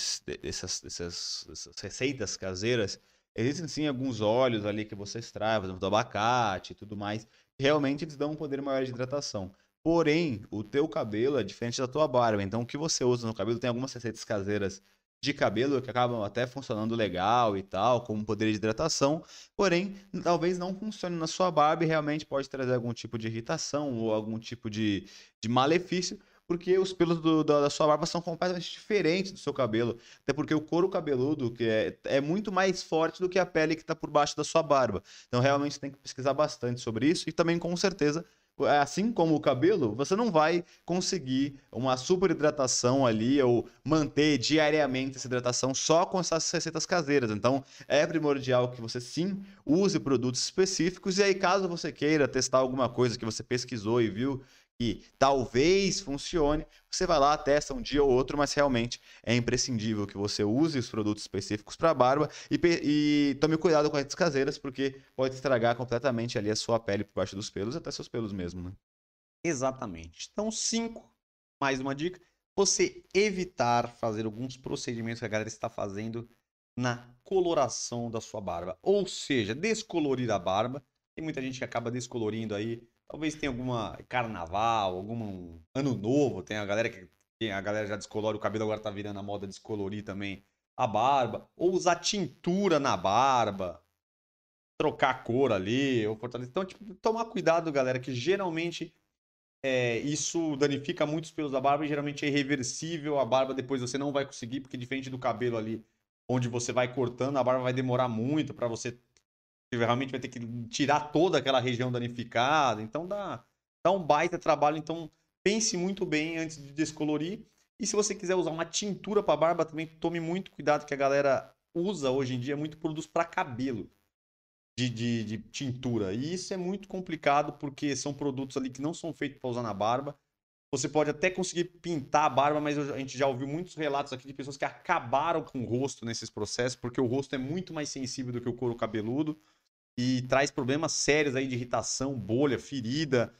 [SPEAKER 2] dessas receitas caseiras, existem sim alguns óleos ali que você extrai, por exemplo, do abacate e tudo mais, que realmente eles dão um poder maior de hidratação. Porém, o teu cabelo é diferente da tua barba, então o que você usa no cabelo tem algumas receitas caseiras de cabelo que acabam até funcionando legal e tal, como poder de hidratação, porém, talvez não funcione na sua barba e realmente pode trazer algum tipo de irritação ou algum tipo de malefício, porque os pelos da sua barba são completamente diferentes do seu cabelo. Até porque o couro cabeludo que é muito mais forte do que a pele que está por baixo da sua barba. Então, realmente, você tem que pesquisar bastante sobre isso. E também, com certeza, assim como o cabelo, você não vai conseguir uma super hidratação ali ou manter diariamente essa hidratação só com essas receitas caseiras. Então, é primordial que você sim use produtos específicos. E aí, caso você queira testar alguma coisa que você pesquisou e viu que talvez funcione, você vai lá, testa um dia ou outro, mas realmente é imprescindível que você use os produtos específicos para barba e tome cuidado com as caseiras, porque pode estragar completamente ali a sua pele por baixo dos pelos, até seus pelos mesmo, né?
[SPEAKER 1] Exatamente. Então, 5, mais uma dica, você evitar fazer alguns procedimentos que a galera está fazendo na coloração da sua barba. Ou seja, descolorir a barba. Tem muita gente que acaba descolorindo aí. Talvez tenha alguma carnaval, algum ano novo. A galera já descolore o cabelo, agora tá virando a moda descolorir também a barba. Ou usar tintura na barba, trocar a cor ali, ou fortalecer. Então, tipo, tomar cuidado, galera, que geralmente isso danifica muito os pelos da barba e geralmente é irreversível. A barba depois você não vai conseguir, porque diferente do cabelo ali, onde você vai cortando, a barba vai demorar muito para você. Você realmente vai ter que tirar toda aquela região danificada. Então dá um baita trabalho. Então pense muito bem antes de descolorir. E se você quiser usar uma tintura para barba, também tome muito cuidado, que a galera usa hoje em dia muito produtos para cabelo de tintura. E isso é muito complicado porque são produtos ali que não são feitos para usar na barba. Você pode até conseguir pintar a barba, mas a gente já ouviu muitos relatos aqui de pessoas que acabaram com o rosto nesses processos, porque o rosto é muito mais sensível do que o couro cabeludo e traz problemas sérios aí de irritação, bolha, ferida.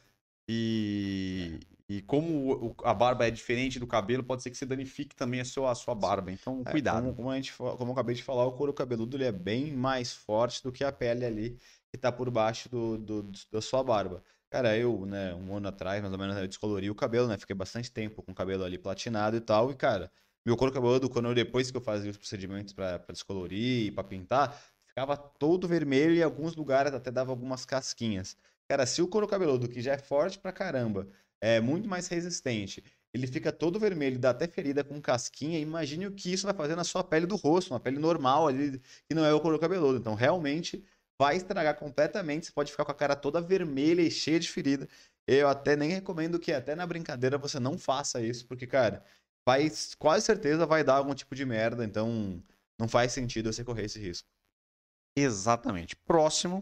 [SPEAKER 1] E como a barba é diferente do cabelo, pode ser que você danifique também a sua barba. Então, cuidado.
[SPEAKER 2] Como eu acabei de falar, o couro cabeludo ele é bem mais forte do que a pele ali que tá por baixo da sua barba. Cara, eu, né, um ano atrás, mais ou menos, eu descolori o cabelo, né? Fiquei bastante tempo com o cabelo ali platinado e tal. E, cara, meu couro cabeludo, depois que eu fazia os procedimentos pra descolorir e pra pintar, ficava todo vermelho e em alguns lugares até dava algumas casquinhas. Cara, se o couro cabeludo, que já é forte pra caramba, é muito mais resistente, ele fica todo vermelho, dá até ferida com casquinha. Imagine o que isso vai fazer na sua pele do rosto, uma pele normal ali, que não é o couro cabeludo. Então, realmente vai estragar completamente. Você pode ficar com a cara toda vermelha e cheia de ferida. Eu até nem recomendo que, até na brincadeira, você não faça isso, porque, cara, vai, quase certeza vai dar algum tipo de merda. Então, não faz sentido você correr esse risco.
[SPEAKER 1] Exatamente. Próximo,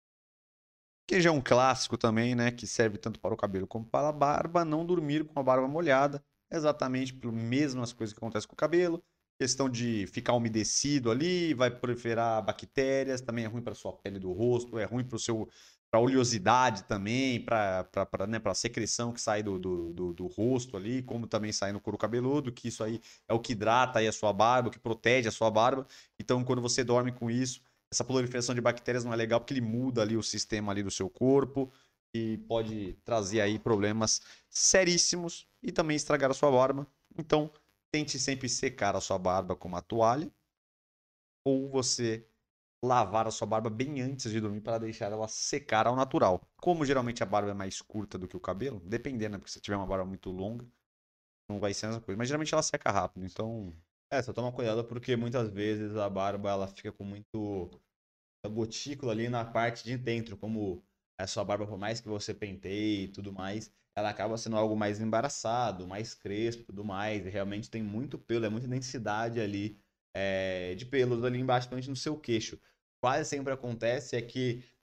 [SPEAKER 1] que já é um clássico também, né? Que serve tanto para o cabelo como para a barba, não dormir com a barba molhada. Exatamente pelas mesmas coisas que acontecem com o cabelo. Questão de ficar umedecido ali, vai proliferar bactérias, também é ruim para sua pele do rosto, é ruim para oleosidade também, para né, a secreção que sai do rosto ali, como também sai no couro cabeludo, que isso aí é o que hidrata aí a sua barba, o que protege a sua barba. Então, quando você dorme com isso, essa proliferação de bactérias não é legal porque ele muda ali o sistema ali do seu corpo e pode trazer aí problemas seríssimos e também estragar a sua barba. Então, tente sempre secar a sua barba com uma toalha ou você lavar a sua barba bem antes de dormir para deixar ela secar ao natural. Como geralmente a barba é mais curta do que o cabelo, dependendo, né? Porque se tiver uma barba muito longa, não vai ser a mesma coisa. Mas geralmente ela seca rápido, então
[SPEAKER 2] Só toma cuidado porque muitas vezes a barba ela fica com muito a gotícula ali na parte de dentro, como a sua barba, por mais que você penteie e tudo mais, ela acaba sendo algo mais embaraçado, mais crespo e tudo mais, e realmente tem muito pelo, é muita densidade ali de pelos ali embaixo, principalmente no seu queixo. Quase sempre acontece é que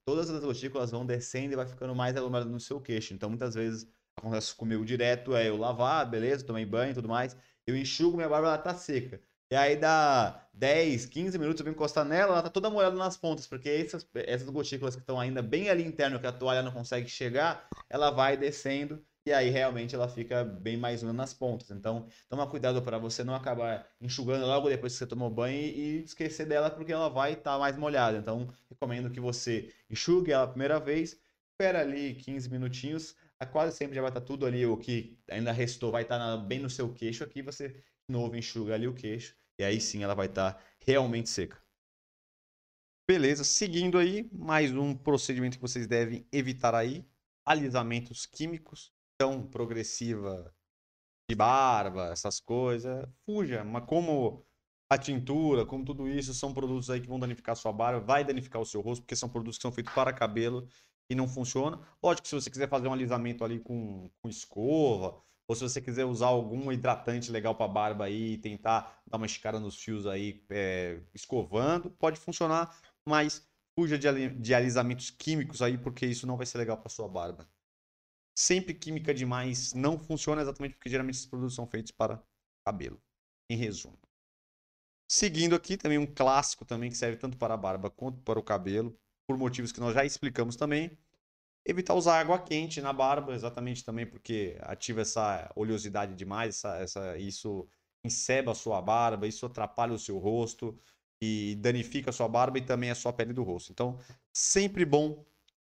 [SPEAKER 2] todas as gotículas vão descendo e vai ficando mais aglomerado no seu queixo. Então, muitas vezes, acontece comigo direto, eu lavar, beleza, tomei banho e tudo mais, eu enxugo, minha barba, ela tá seca. E aí dá 10, 15 minutos, eu vou encostar nela, ela tá toda molhada nas pontas, porque essas gotículas que estão ainda bem ali interno, que a toalha não consegue chegar, ela vai descendo e aí realmente ela fica bem mais úmida nas pontas. Então, toma cuidado para você não acabar enxugando logo depois que você tomou banho e esquecer dela, porque ela vai estar mais molhada. Então, recomendo que você enxugue ela a primeira vez, espera ali 15 minutinhos, quase sempre já vai estar tudo ali, o que ainda restou vai estar bem no seu queixo aqui, você de novo enxuga ali o queixo, e aí sim ela vai estar realmente seca.
[SPEAKER 1] Beleza, seguindo aí, mais um procedimento que vocês devem evitar aí, alisamentos químicos, então progressiva de barba, essas coisas, fuja, mas como a tintura, como tudo isso, são produtos aí que vão danificar a sua barba, vai danificar o seu rosto, porque são produtos que são feitos para cabelo e não funciona. Lógico que se você quiser fazer um alisamento ali com escova, ou se você quiser usar algum hidratante legal para barba aí e tentar dar uma esticada nos fios aí, escovando, pode funcionar, mas fuja de alisamentos químicos aí, porque isso não vai ser legal para sua barba. Sempre química demais não funciona exatamente porque geralmente esses produtos são feitos para cabelo. Em resumo. Seguindo aqui também um clássico também que serve tanto para a barba quanto para o cabelo, por motivos que nós já explicamos também. Evitar usar água quente na barba, exatamente também porque ativa essa oleosidade demais, isso enceba a sua barba, isso atrapalha o seu rosto e danifica a sua barba e também a sua pele do rosto. Então, sempre bom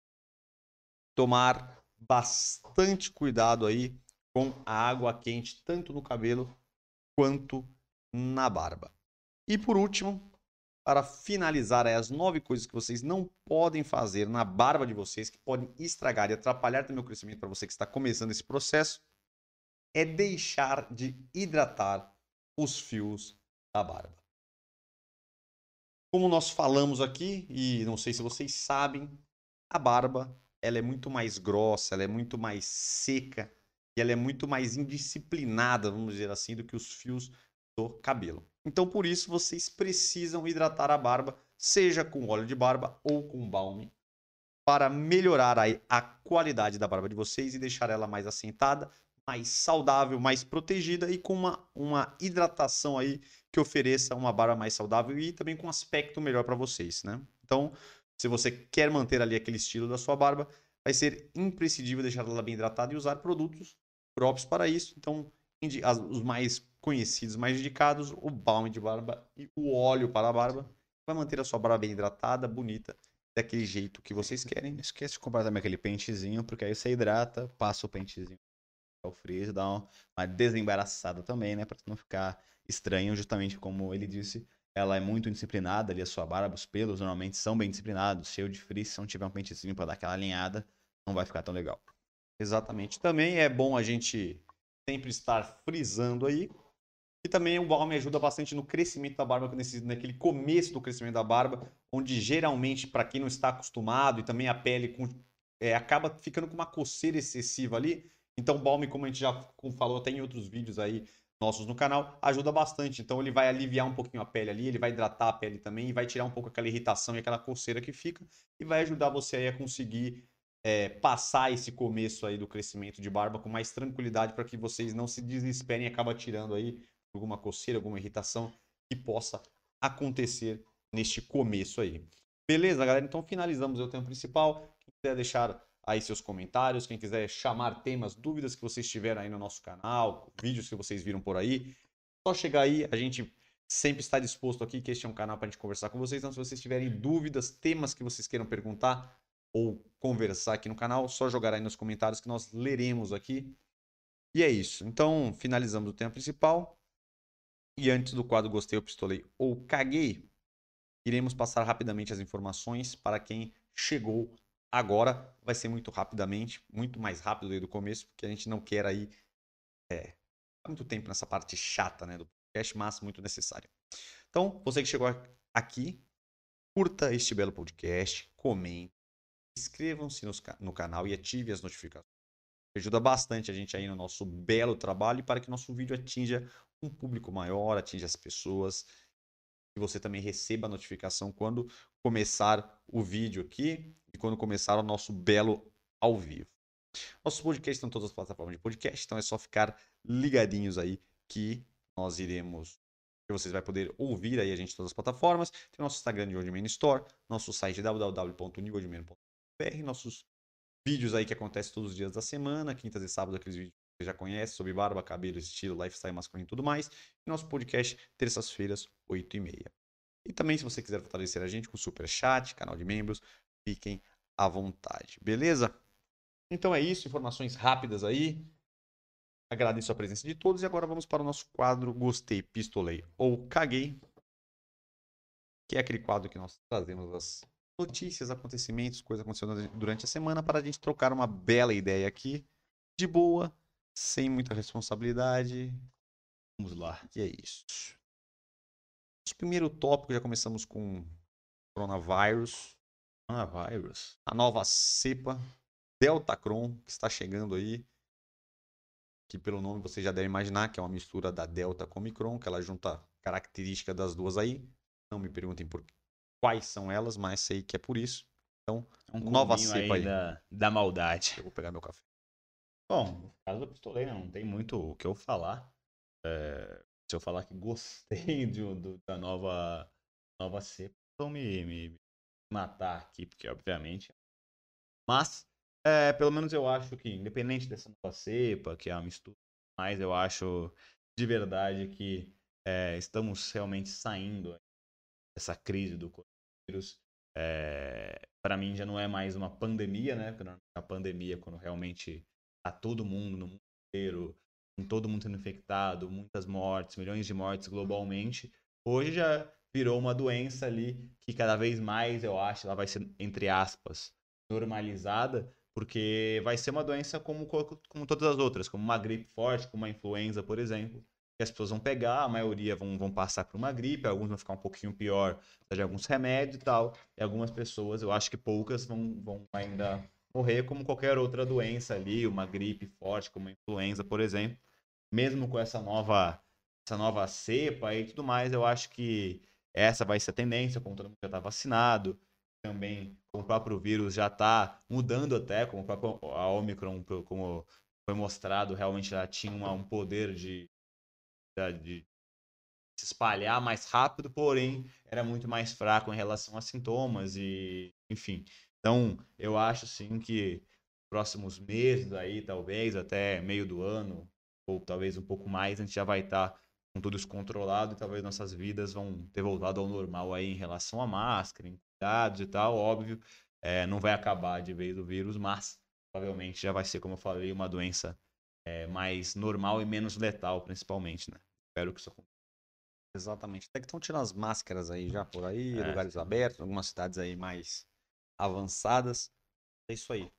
[SPEAKER 1] tomar bastante cuidado aí com a água quente, tanto no cabelo quanto na barba. E por último, para finalizar as 9 coisas que vocês não podem fazer na barba de vocês, que podem estragar e atrapalhar também o crescimento para você que está começando esse processo, é deixar de hidratar os fios da barba. Como nós falamos aqui, e não sei se vocês sabem, a barba ela é muito mais grossa, ela é muito mais seca e ela é muito mais indisciplinada, vamos dizer assim, do que os fios do cabelo. Então, por isso, vocês precisam hidratar a barba, seja com óleo de barba ou com balme, para melhorar a qualidade da barba de vocês e deixar ela mais assentada, mais saudável, mais protegida e com uma hidratação aí que ofereça uma barba mais saudável e também com um aspecto melhor para vocês, né? Então, se você quer manter ali aquele estilo da sua barba, vai ser imprescindível deixar ela bem hidratada e usar produtos próprios para isso. Então, os mais conhecidos, mais indicados, o balme de barba e o óleo para a barba, vai manter a sua barba bem hidratada, bonita, daquele jeito que vocês querem.
[SPEAKER 2] Não esquece de comprar também aquele pentezinho, porque aí você hidrata, passa o pentezinho ao freezer, dá uma desembaraçada também, né? Pra não ficar estranho, justamente como ele disse. Ela é muito indisciplinada ali, a sua barba, os pelos normalmente são bem disciplinados, cheio de frizz, se não tiver um pentezinho pra dar aquela alinhada, não vai ficar tão legal.
[SPEAKER 1] Exatamente. Também é bom a gente sempre estar frisando aí. E também o balme ajuda bastante no crescimento da barba, naquele começo do crescimento da barba, onde geralmente, para quem não está acostumado, e também a pele acaba ficando com uma coceira excessiva ali. Então, o balme, como a gente já falou até em outros vídeos aí nossos no canal, ajuda bastante. Então, ele vai aliviar um pouquinho a pele ali, ele vai hidratar a pele também, e vai tirar um pouco aquela irritação e aquela coceira que fica, e vai ajudar você aí a conseguir passar esse começo aí do crescimento de barba com mais tranquilidade para que vocês não se desesperem e acabem tirando aí alguma coceira, alguma irritação que possa acontecer neste começo aí. Beleza, galera? Então finalizamos o tema principal. Quem quiser deixar aí seus comentários, quem quiser chamar temas, dúvidas que vocês tiverem aí no nosso canal, vídeos que vocês viram por aí, só chegar aí, a gente sempre está disposto aqui, que este é um canal para a gente conversar com vocês. Então, se vocês tiverem dúvidas, temas que vocês queiram perguntar ou conversar aqui no canal, só jogar aí nos comentários que nós leremos aqui. E é isso. Então, finalizamos o tema principal. E antes do quadro Gostei, eu pistolei ou caguei, iremos passar rapidamente as informações para quem chegou agora. Vai ser muito rapidamente, muito mais rápido do que do começo, porque a gente não quer aí muito tempo nessa parte chata, né, do podcast, mas muito necessário. Então, você que chegou aqui, curta este belo podcast, comente, inscrevam-se no canal e ative as notificações. Ajuda bastante a gente aí no nosso belo trabalho e para que nosso vídeo atinja um público maior, atinja as pessoas que você também receba a notificação quando começar o vídeo aqui e quando começar o nosso belo ao vivo. Nossos podcasts estão em todas as plataformas de podcast, então é só ficar ligadinhos aí que nós iremos, que vocês vão poder ouvir aí a gente em todas as plataformas. Tem o nosso Instagram de Oldman Store, nosso site www.nigoldman.br, nossos vídeos aí que acontecem todos os dias da semana, quintas e sábados, aqueles vídeos que você já conhece, sobre barba, cabelo, estilo, lifestyle masculino e tudo mais. E nosso podcast, terças-feiras, 8h30. E também, se você quiser fortalecer a gente com super chat, canal de membros, fiquem à vontade, beleza? Então é isso, informações rápidas aí. Agradeço a presença de todos e agora vamos para o nosso quadro Gostei, Pistolei ou Caguei, que é aquele quadro que nós trazemos as notícias, acontecimentos, coisas acontecendo durante a semana para a gente trocar uma bela ideia aqui, de boa, sem muita responsabilidade.
[SPEAKER 2] Vamos lá.
[SPEAKER 1] E é isso. Nosso primeiro tópico, já começamos com coronavírus.
[SPEAKER 2] Coronavírus.
[SPEAKER 1] A nova cepa, Deltacron, que está chegando aí. Que pelo nome você já deve imaginar que é uma mistura da Delta com Omicron, que ela junta características das duas aí. Não me perguntem por quais são elas, mas sei que é por isso. Então, nova cepa aí.
[SPEAKER 2] Da maldade.
[SPEAKER 1] Eu vou pegar meu café.
[SPEAKER 2] Bom, no caso da pistoleira, não tem muito o que eu falar. Se eu falar que gostei da nova cepa, vão me matar aqui, porque obviamente. Mas, pelo menos eu acho que, independente dessa nova cepa, que é uma mistura, mas eu acho de verdade que estamos realmente saindo dessa crise do coronavírus. Para mim já não é mais uma pandemia, né? Porque a pandemia, quando realmente tá todo mundo no mundo inteiro, com todo mundo sendo infectado, muitas mortes, milhões de mortes globalmente, hoje já virou uma doença ali que cada vez mais, eu acho, ela vai ser, entre aspas, normalizada, porque vai ser uma doença como todas as outras, como uma gripe forte, como uma influenza, por exemplo, que as pessoas vão pegar, a maioria vão passar por uma gripe, alguns vão ficar um pouquinho pior, de alguns remédios e tal, e algumas pessoas, eu acho que poucas vão ainda morrer como qualquer outra doença ali, uma gripe forte, como a influenza, por exemplo. Mesmo com essa nova cepa e tudo mais, eu acho que essa vai ser a tendência, como todo mundo já está vacinado, também como o próprio vírus já está mudando até, como a Omicron, como foi mostrado, realmente já tinha um poder de se espalhar mais rápido, porém era muito mais fraco em relação a sintomas e, enfim. Então, eu acho sim que próximos meses aí, talvez até meio do ano, ou talvez um pouco mais, a gente já vai estar com tudo isso controlado e talvez nossas vidas vão ter voltado ao normal aí em relação à máscara, em cuidados e tal, óbvio. Não vai acabar de vez o vírus, mas provavelmente já vai ser, como eu falei, uma doença mais normal e menos letal, principalmente, né? Espero que isso aconteça.
[SPEAKER 1] Exatamente. Até que estão tirando as máscaras aí já por aí, lugares abertos, algumas cidades aí mais avançadas. É isso aí.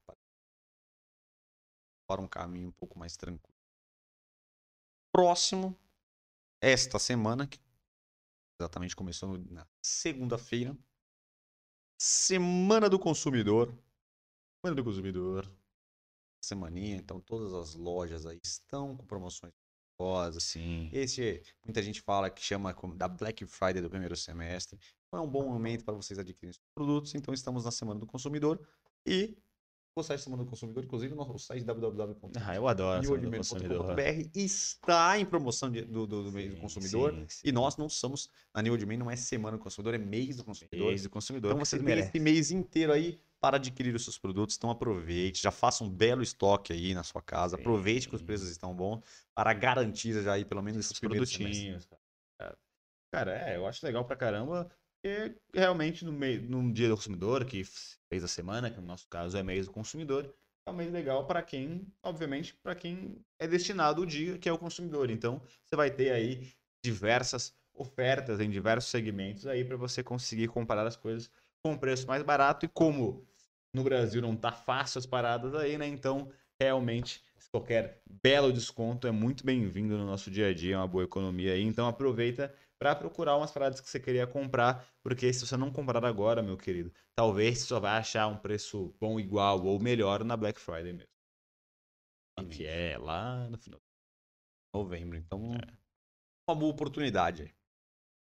[SPEAKER 1] Para um caminho um pouco mais tranquilo. Próximo, esta semana, que exatamente começou na segunda-feira, Semana do Consumidor. Semana do Consumidor. Semaninha, então todas as lojas aí estão com promoções rosas.
[SPEAKER 2] Sim.
[SPEAKER 1] Muita gente fala que chama da Black Friday do primeiro semestre. Então é um bom momento para vocês adquirirem os produtos. Então estamos na Semana do Consumidor e o site da Semana do Consumidor, inclusive o site
[SPEAKER 2] Eu adoro a Semana do
[SPEAKER 1] www.newodman.com.br
[SPEAKER 2] Consumidor.
[SPEAKER 1] está em promoção do mês do consumidor.
[SPEAKER 2] Sim, sim.
[SPEAKER 1] E nós não somos, na New Old Man não é Semana do Consumidor, é mês do consumidor.
[SPEAKER 2] Mês do consumidor.
[SPEAKER 1] Então você tem esse mês inteiro aí para adquirir os seus produtos. Então aproveite, já faça um belo estoque aí na sua casa. Sim. Aproveite que os preços estão bons para garantir já aí pelo menos esses
[SPEAKER 2] produtinhos. Cara, eu acho legal pra caramba. Porque realmente no dia do consumidor, que fez a semana, que no nosso caso é mês do consumidor, é um mês legal para quem, obviamente, para quem é destinado o dia, que é o consumidor. Então, você vai ter aí diversas ofertas em diversos segmentos aí para você conseguir comprar as coisas com preço mais barato. E como no Brasil não tá fácil as paradas aí, né? Então, realmente, qualquer belo desconto é muito bem-vindo no nosso dia a dia, é uma boa economia aí. Então, aproveita para procurar umas paradas que você queria comprar, porque se você não comprar agora, meu querido, talvez você só vai achar um preço bom, igual ou melhor na Black Friday mesmo. Que é lá no final de
[SPEAKER 1] novembro. Então, uma boa oportunidade.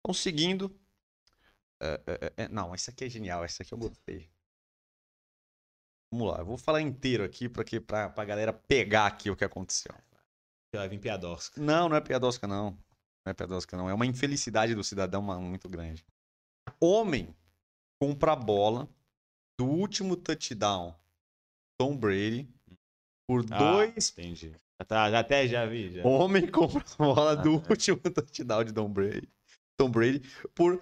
[SPEAKER 1] Então, seguindo. Não, esse aqui é genial, esse aqui eu gostei. Vamos lá, eu vou falar inteiro aqui pra galera pegar aqui o que aconteceu.
[SPEAKER 2] Vai vir piadosca.
[SPEAKER 1] Não, não é piadosca, não. Não é piadosca, não. É uma infelicidade do cidadão muito grande. Homem compra a bola do último touchdown Tom Brady por
[SPEAKER 2] Entendi. Já vi, já.
[SPEAKER 1] Homem compra a bola do último touchdown de Tom Brady por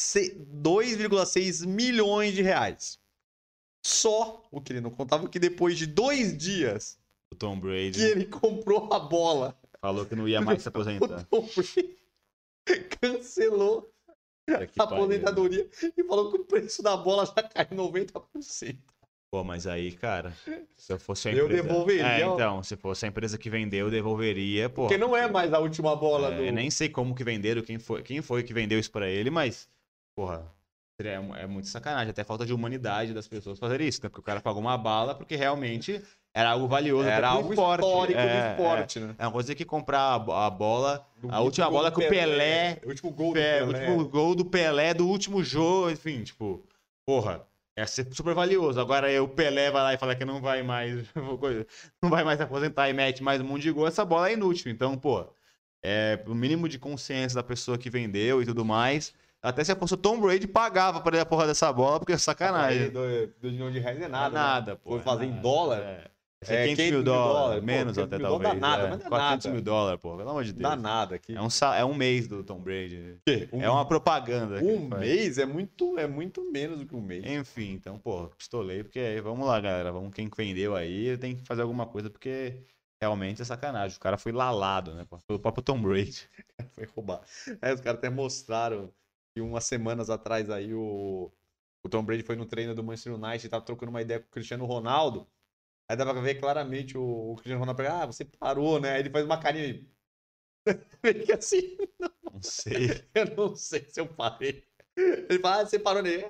[SPEAKER 1] 2,6 milhões de reais. Só o que ele não contava que depois de 2 dias
[SPEAKER 2] O Tom Brady
[SPEAKER 1] que ele comprou a bola,
[SPEAKER 2] falou que não ia mais se
[SPEAKER 1] o
[SPEAKER 2] aposentar.
[SPEAKER 1] Tom Brady cancelou a aposentadoria e falou que o preço da bola já caiu 90%.
[SPEAKER 2] Pô, mas aí, cara, se eu fosse a
[SPEAKER 1] Eu
[SPEAKER 2] empresa...
[SPEAKER 1] devolveria.
[SPEAKER 2] Então, se fosse a empresa que vendeu, eu devolveria, pô.
[SPEAKER 1] Porque não é mais a última bola do...
[SPEAKER 2] Eu nem sei como que venderam, quem foi que vendeu isso pra ele, mas, porra, é muito sacanagem, até falta de humanidade das pessoas fazerem isso, né? Porque o cara pagou uma bala porque realmente era algo valioso
[SPEAKER 1] Era
[SPEAKER 2] até pro
[SPEAKER 1] algo
[SPEAKER 2] esporte.
[SPEAKER 1] histórico do esporte, né?
[SPEAKER 2] É uma coisa que comprar a bola, a última bola que o Pelé...
[SPEAKER 1] O último gol do
[SPEAKER 2] O
[SPEAKER 1] Pelé.
[SPEAKER 2] último gol do Pelé do último jogo, enfim, tipo, porra, é super valioso. Agora o Pelé vai lá e fala que não vai mais, não vai mais se aposentar e mete mais um monte de gol, essa bola é inútil. Então, pô, o mínimo de consciência da pessoa que vendeu e tudo mais. Até se fosse o Tom Brady, pagava pra ele a porra dessa bola, porque é sacanagem.
[SPEAKER 1] 2 milhões de reais é nada.
[SPEAKER 2] É nada,
[SPEAKER 1] né?
[SPEAKER 2] pô.
[SPEAKER 1] Foi fazer em dólar.
[SPEAKER 2] 500 mil dólares,
[SPEAKER 1] Pô,
[SPEAKER 2] menos
[SPEAKER 1] 500
[SPEAKER 2] até
[SPEAKER 1] mil
[SPEAKER 2] talvez.
[SPEAKER 1] dólares dá nada, mas dá
[SPEAKER 2] 400
[SPEAKER 1] nada.
[SPEAKER 2] mil dólares, pô, pelo amor de Deus.
[SPEAKER 1] Dá nada aqui.
[SPEAKER 2] É um mês do Tom Brady.
[SPEAKER 1] quê?
[SPEAKER 2] É uma propaganda. que
[SPEAKER 1] Um
[SPEAKER 2] ele faz.
[SPEAKER 1] mês é muito menos do que um mês.
[SPEAKER 2] Enfim, então, pô, pistolei, porque aí, vamos lá, galera. Quem vendeu aí tem que fazer alguma coisa, porque realmente é sacanagem. O cara foi lalado, né? Pelo próprio Tom Brady.
[SPEAKER 1] Foi roubar. Aí os caras até mostraram que umas semanas atrás aí o Tom Brady foi no treino do Manchester United e tava trocando uma ideia com o Cristiano Ronaldo. Aí dava pra ver claramente o Cristiano Ronaldo pegar, você parou, né? Aí ele faz uma carinha aí. Fica assim,
[SPEAKER 2] Não sei.
[SPEAKER 1] eu não sei se eu parei. Ele fala, você parou nele.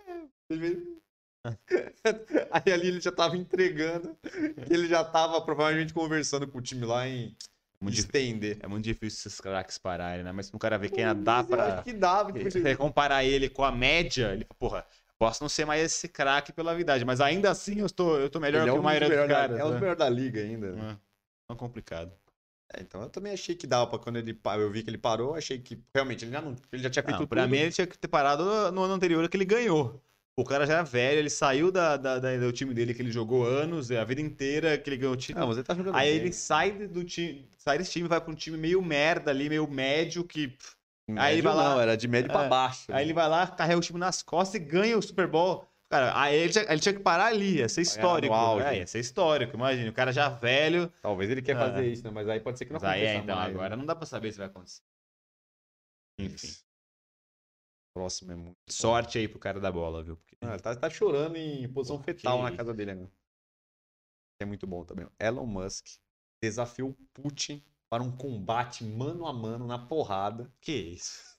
[SPEAKER 1] Aí ali ele já tava entregando, que ele já tava provavelmente conversando com o time lá em estender.
[SPEAKER 2] É muito difícil esses craques pararem, né? Mas se um cara vê que ainda dá
[SPEAKER 1] Mas eu
[SPEAKER 2] pra
[SPEAKER 1] acho que dava. Tipo,
[SPEAKER 2] você comparar ele com a média, ele fala, porra, posso não ser mais esse craque pela idade, mas ainda assim eu tô melhor
[SPEAKER 1] ele
[SPEAKER 2] que
[SPEAKER 1] é
[SPEAKER 2] a maioria dos caras.
[SPEAKER 1] É o melhor da liga ainda.
[SPEAKER 2] É complicado.
[SPEAKER 1] Então eu também achei que dava pra quando eu vi que ele parou, eu achei que realmente ele já tinha feito tudo.
[SPEAKER 2] Pra mim ele tinha que ter parado no ano anterior que ele ganhou. O cara já era velho, ele saiu do time dele que ele jogou anos, a vida inteira que ele ganhou o título.
[SPEAKER 1] Não, mas ele tá jogando
[SPEAKER 2] Aí
[SPEAKER 1] bem.
[SPEAKER 2] ele sai desse time, vai pra um time meio merda ali, meio médio, que... Aí ele vai lá,
[SPEAKER 1] Não, era de médio pra baixo.
[SPEAKER 2] Aí ele vai lá, carrega o time nas costas e ganha o Super Bowl. Cara, aí ele tinha que parar ali, ia ser histórico. Ia ser histórico, imagina. O cara já velho.
[SPEAKER 1] Talvez ele quer fazer isso, né? Mas aí pode ser que não aconteça
[SPEAKER 2] então,
[SPEAKER 1] mais.
[SPEAKER 2] agora
[SPEAKER 1] né?
[SPEAKER 2] não dá pra saber se vai acontecer. Enfim.
[SPEAKER 1] O próximo é muito.
[SPEAKER 2] Sorte aí pro cara da bola, viu? Porque...
[SPEAKER 1] Ele tá chorando em posição fetal na casa dele agora. É muito bom também. Elon Musk desafiou o Putin para um combate mano a mano na porrada.
[SPEAKER 2] Que isso?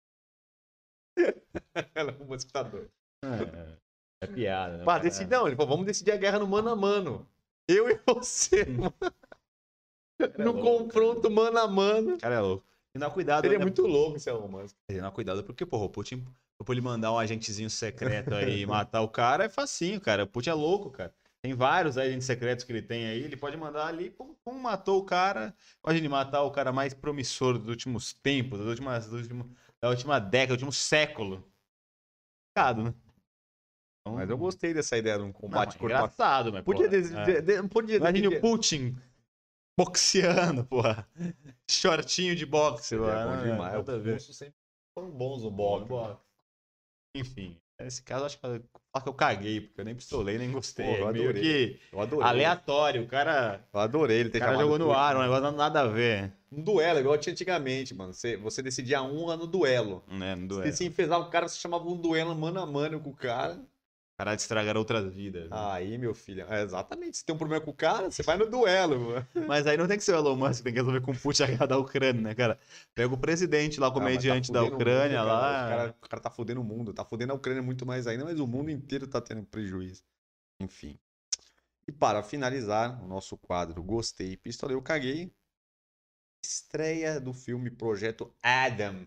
[SPEAKER 1] Elon Musk tá doido.
[SPEAKER 2] É piada, né?
[SPEAKER 1] Pá, não, ele falou, vamos decidir a guerra no mano a mano. Eu e você, no confronto mano a mano.
[SPEAKER 2] O cara é louco. E não cuidado.
[SPEAKER 1] Seria muito louco esse Elon Musk.
[SPEAKER 2] E não cuidado porque, porra, o Putin, pra ele mandar um agentezinho secreto aí e matar o cara, é facinho, cara. O Putin é louco, cara. Tem vários agentes secretos que ele tem aí, ele pode mandar ali, pum, matou o cara. Imagine matar o cara mais promissor dos últimos tempos, da última década, do último século. Complicado, né? Então,
[SPEAKER 1] Mas eu gostei dessa ideia de um combate
[SPEAKER 2] corpo a corpo. Engraçado, mas
[SPEAKER 1] podia
[SPEAKER 2] imagine o Putin boxeando, porra. Shortinho de boxe,
[SPEAKER 1] mano.
[SPEAKER 2] Bom demais.
[SPEAKER 1] Os russos sempre foram bons no boxe.
[SPEAKER 2] Enfim, nesse caso acho que eu caguei, porque eu nem pistolei, nem gostei.
[SPEAKER 1] Porra, eu adorei.
[SPEAKER 2] Eu adorei. Aleatório, o cara...
[SPEAKER 1] Eu adorei ele ter
[SPEAKER 2] chamado. O cara jogou no ar, um negócio nada a ver.
[SPEAKER 1] Um duelo, igual tinha antigamente, mano. Você decidia a honra no duelo.
[SPEAKER 2] No duelo.
[SPEAKER 1] Se enfesava o cara, você chamava um duelo mano a mano com o cara.
[SPEAKER 2] Parar de estragar outras vidas. Né?
[SPEAKER 1] Aí, meu filho. Exatamente. Se tem um problema com o cara, você vai no duelo, mano.
[SPEAKER 2] Mas aí não tem que ser o Elon Musk, tem que resolver com o Putin a guerra da Ucrânia, né, cara? Pega o presidente lá, o comediante da Ucrânia
[SPEAKER 1] mundo,
[SPEAKER 2] lá.
[SPEAKER 1] O cara tá fudendo o mundo. Tá fudendo a Ucrânia muito mais ainda, mas o mundo inteiro tá tendo prejuízo. Enfim. E para finalizar o nosso quadro Gostei, Pistolei, eu caguei. Estreia do filme Projeto Adam.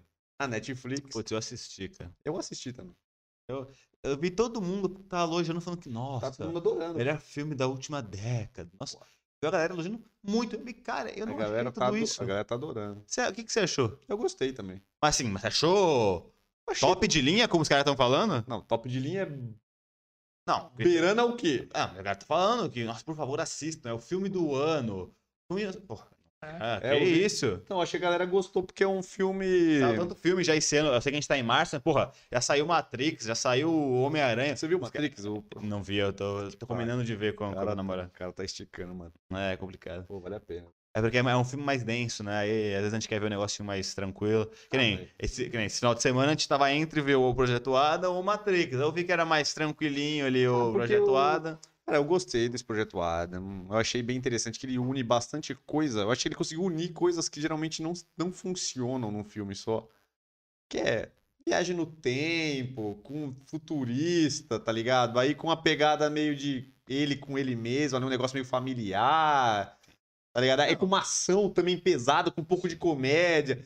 [SPEAKER 1] A Netflix.
[SPEAKER 2] Putz, eu assisti, cara.
[SPEAKER 1] Eu assisti também.
[SPEAKER 2] Eu vi todo mundo que tá elogiando, falando que, nossa,
[SPEAKER 1] Tá todo mundo adorando.
[SPEAKER 2] melhor filme da última década. Nossa, a galera elogiando muito. Cara, eu não achei tudo isso.
[SPEAKER 1] A galera tá adorando.
[SPEAKER 2] O que você achou?
[SPEAKER 1] Eu gostei também.
[SPEAKER 2] Mas assim, você achou
[SPEAKER 1] Achei-
[SPEAKER 2] top de linha, como os caras estão falando?
[SPEAKER 1] Não, top de linha é
[SPEAKER 2] Não.
[SPEAKER 1] beirando ao quê?
[SPEAKER 2] Ah, a galera tá falando que, nossa, por favor, assistam, é o filme do ano. Porra, que
[SPEAKER 1] eu vi.
[SPEAKER 2] isso?
[SPEAKER 1] Não, achei que a galera gostou porque é um filme...
[SPEAKER 2] Saiu tanto filme já esse ano, eu sei que a gente tá em março, mas, porra, já saiu Matrix, já saiu Homem-Aranha.
[SPEAKER 1] Você viu Matrix?
[SPEAKER 2] Não vi, eu tô combinando de ver com a minha namorada.
[SPEAKER 1] O cara tá esticando, mano.
[SPEAKER 2] É complicado.
[SPEAKER 1] Pô, vale a pena.
[SPEAKER 2] É porque é um filme mais denso, né? Aí, às vezes a gente quer ver um negocinho mais tranquilo. Que nem esse final de semana a gente tava entre ver o Projeto Adam ou o Matrix. Eu vi que era mais tranquilinho ali o
[SPEAKER 1] porque
[SPEAKER 2] Projeto Adam.
[SPEAKER 1] Cara, eu gostei desse Projeto Adam. Eu achei bem interessante que ele une bastante coisa. Eu achei que ele conseguiu unir coisas que geralmente não funcionam num filme só. Que é viagem no tempo, com futurista, tá ligado? Aí com uma pegada meio de ele com ele mesmo, ali um negócio meio familiar, tá ligado? Aí com uma ação também pesada, com um pouco de comédia.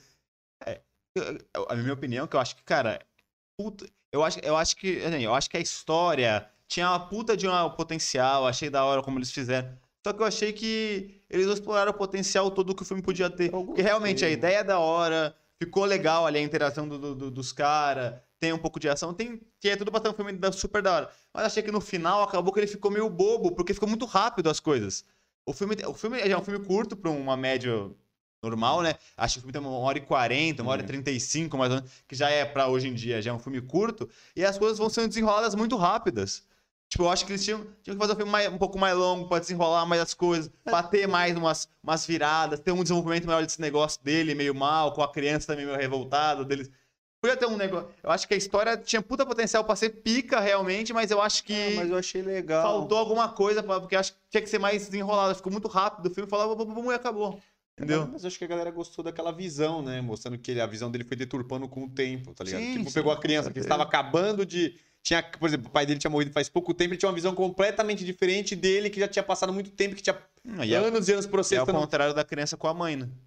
[SPEAKER 2] A minha opinião é que eu acho que, cara, eu acho que a história tinha uma puta de um potencial, achei da hora como eles fizeram. Só que eu achei que eles não exploraram o potencial todo que o filme podia ter. Porque realmente a ideia é da hora, ficou legal ali a interação dos caras, tem um pouco de ação, que é tudo pra ter um filme super da hora. Mas achei que no final acabou que ele ficou meio bobo, porque ficou muito rápido as coisas. O filme já é um filme curto pra uma média normal, né? Acho que o filme tem 1h40, 1h35, mais ou menos, que já é pra hoje em dia, já é um filme curto, e as coisas vão sendo desenroladas muito rápidas. Tipo, eu acho que eles tinham que fazer um filme um pouco mais longo pra desenrolar mais as coisas, pra ter mais umas viradas, ter um desenvolvimento maior desse negócio dele, meio mal, com a criança também meio revoltada, deles. Podia ter um negócio. Eu acho que a história tinha puta potencial pra ser pica realmente, mas eu acho que.
[SPEAKER 1] Mas eu achei legal.
[SPEAKER 2] Faltou alguma coisa, porque eu acho que tinha que ser mais desenrolado. Ficou muito rápido o filme, falava, bum, e acabou. Entendeu?
[SPEAKER 1] Mas eu acho que a galera gostou daquela visão, né? Mostrando que a visão dele foi deturpando com o tempo, tá ligado?
[SPEAKER 2] Sim,
[SPEAKER 1] Tipo,
[SPEAKER 2] sim,
[SPEAKER 1] pegou a criança que estava acabando de. Tinha, por exemplo, o pai dele tinha morrido faz pouco tempo, ele tinha uma visão completamente diferente dele, que já tinha passado muito tempo, que tinha anos e anos
[SPEAKER 2] É
[SPEAKER 1] processando.
[SPEAKER 2] ao contrário da criança com a mãe, né?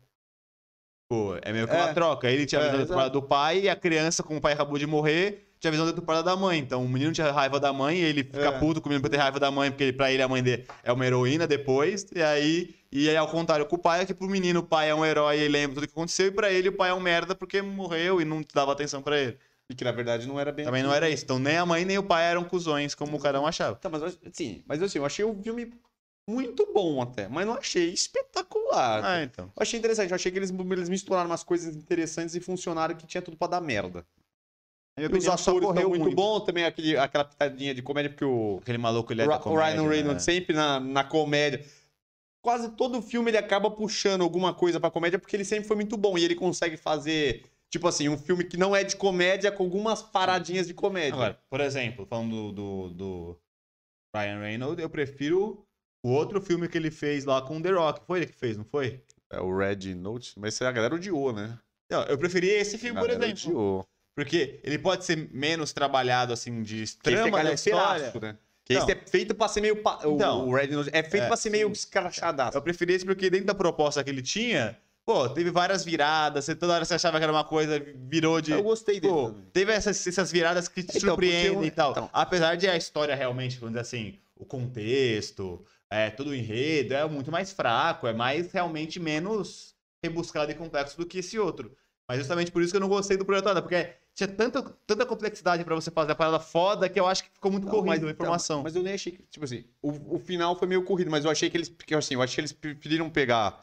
[SPEAKER 2] Pô, é meio que uma troca. Ele tinha a visão deturpada do pai e a criança, como o pai acabou de morrer, tinha a visão deturpada da mãe. Então o menino tinha raiva da mãe e ele fica puto com o menino por ter raiva da mãe, porque pra ele a mãe dele é uma heroína depois. E aí ao contrário com o pai, é que pro menino o pai é um herói e ele lembra tudo que aconteceu, e pra ele o pai é um merda porque morreu e não dava atenção pra ele.
[SPEAKER 1] E que na verdade não era bem.
[SPEAKER 2] Também não era isso. Então nem a mãe nem o pai eram cuzões, como cada um achava.
[SPEAKER 1] Tá, mas assim, eu achei o filme muito bom até, mas não achei espetacular.
[SPEAKER 2] Então.
[SPEAKER 1] Eu achei interessante, eu achei que eles misturaram umas coisas interessantes e funcionaram que tinha tudo pra dar merda.
[SPEAKER 2] A minha
[SPEAKER 1] E os
[SPEAKER 2] opinião, só
[SPEAKER 1] atores
[SPEAKER 2] correu
[SPEAKER 1] estão muito bons, também aquela pitadinha de comédia, porque
[SPEAKER 2] Aquele maluco, ele é
[SPEAKER 1] o
[SPEAKER 2] da
[SPEAKER 1] Ryan
[SPEAKER 2] comédia,
[SPEAKER 1] Reynolds
[SPEAKER 2] né?
[SPEAKER 1] sempre na comédia. Quase todo filme ele acaba puxando alguma coisa pra comédia, porque ele sempre foi muito bom. E ele consegue fazer, tipo assim, um filme que não é de comédia com algumas paradinhas de comédia.
[SPEAKER 2] Agora, por exemplo, falando do Ryan Reynolds, eu prefiro o outro filme que ele fez lá com o The Rock. Foi ele que fez, não foi?
[SPEAKER 1] É o Red Note, mas a galera odiou, né?
[SPEAKER 2] Não, eu preferi esse filme, por exemplo.
[SPEAKER 1] Odiou.
[SPEAKER 2] Porque ele pode ser menos trabalhado, assim, de
[SPEAKER 1] Que esse é
[SPEAKER 2] trama da história.
[SPEAKER 1] galhopeiraço, né? Que esse é feito pra ser meio... o Red Note é feito pra ser meio escrachadaço.
[SPEAKER 2] Eu preferi esse porque dentro da proposta que ele tinha, pô, teve várias viradas, toda hora você achava que era uma coisa, virou de...
[SPEAKER 1] Eu gostei dele
[SPEAKER 2] Pô,
[SPEAKER 1] também.
[SPEAKER 2] teve essas viradas que te
[SPEAKER 1] Então,
[SPEAKER 2] surpreendem
[SPEAKER 1] porque
[SPEAKER 2] e tal.
[SPEAKER 1] então-
[SPEAKER 2] Apesar de a história realmente, vamos dizer assim, o contexto, todo o enredo é muito mais fraco, é mais realmente menos rebuscado e complexo do que esse outro. Mas justamente por isso que eu não gostei do Projeto Adam, porque tinha tanta complexidade pra você fazer a parada foda que eu acho que ficou muito corrido a informação.
[SPEAKER 1] Mas eu nem achei que, tipo assim, o final foi meio corrido, mas eu achei que eles, porque assim, eu achei que eles preferiram pegar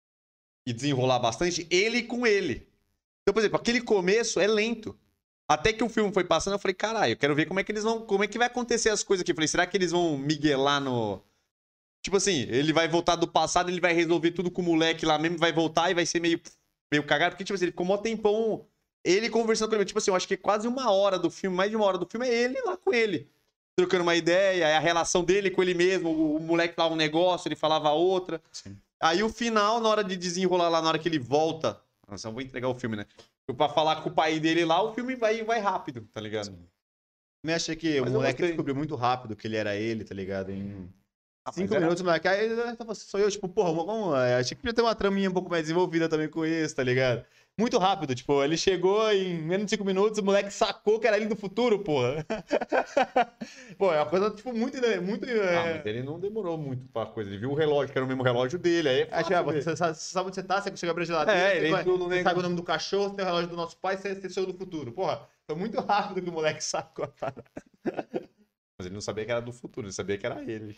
[SPEAKER 1] e desenrolar bastante ele com ele. Então, por exemplo, aquele começo é lento. Até que o filme foi passando, eu falei, caralho, eu quero ver como é que vai acontecer as coisas aqui. Eu falei, será que eles vão miguelar no... Tipo assim, ele vai voltar do passado, ele vai resolver tudo com o moleque lá mesmo, vai voltar e vai ser meio cagado. Porque, tipo assim, ele ficou mó tempão ele conversando com ele. Tipo assim, eu acho que quase 1 hora do filme, mais de 1 hora do filme, é ele lá com ele. Trocando uma ideia, a relação dele com ele mesmo, o moleque falava um negócio, ele falava outra.
[SPEAKER 2] Sim.
[SPEAKER 1] Aí o final, na hora de desenrolar lá, na hora que ele volta... Nossa, eu vou entregar o filme, né? Pra falar com o pai dele lá, o filme vai rápido, tá ligado?
[SPEAKER 2] Eu achei que
[SPEAKER 1] Mas
[SPEAKER 2] o
[SPEAKER 1] eu
[SPEAKER 2] moleque
[SPEAKER 1] gostei.
[SPEAKER 2] descobriu muito rápido que ele era ele, tá ligado? Em
[SPEAKER 1] mas
[SPEAKER 2] 5
[SPEAKER 1] era-
[SPEAKER 2] minutos, o moleque. Aí sou eu, tipo, porra, achei que podia ter uma traminha um pouco mais desenvolvida também com isso, tá ligado? muito rápido. Tipo, ele chegou em menos de 5 minutos, o moleque sacou que era ele do futuro, porra. Pô, é uma coisa, tipo, muito... muito
[SPEAKER 1] Mas ele não demorou muito pra coisa. Ele viu o relógio, que era o mesmo relógio dele. Aí é fácil ver.
[SPEAKER 2] você sabe onde você tá, você chega a abrir a geladeira,
[SPEAKER 1] Ele entrou no
[SPEAKER 2] você
[SPEAKER 1] negócio.
[SPEAKER 2] sabe o nome do cachorro, você tem o relógio do nosso pai, você chegou do futuro. Porra, foi muito rápido que o moleque sacou a parada.
[SPEAKER 1] Mas ele não sabia que era do futuro, ele sabia que era ele.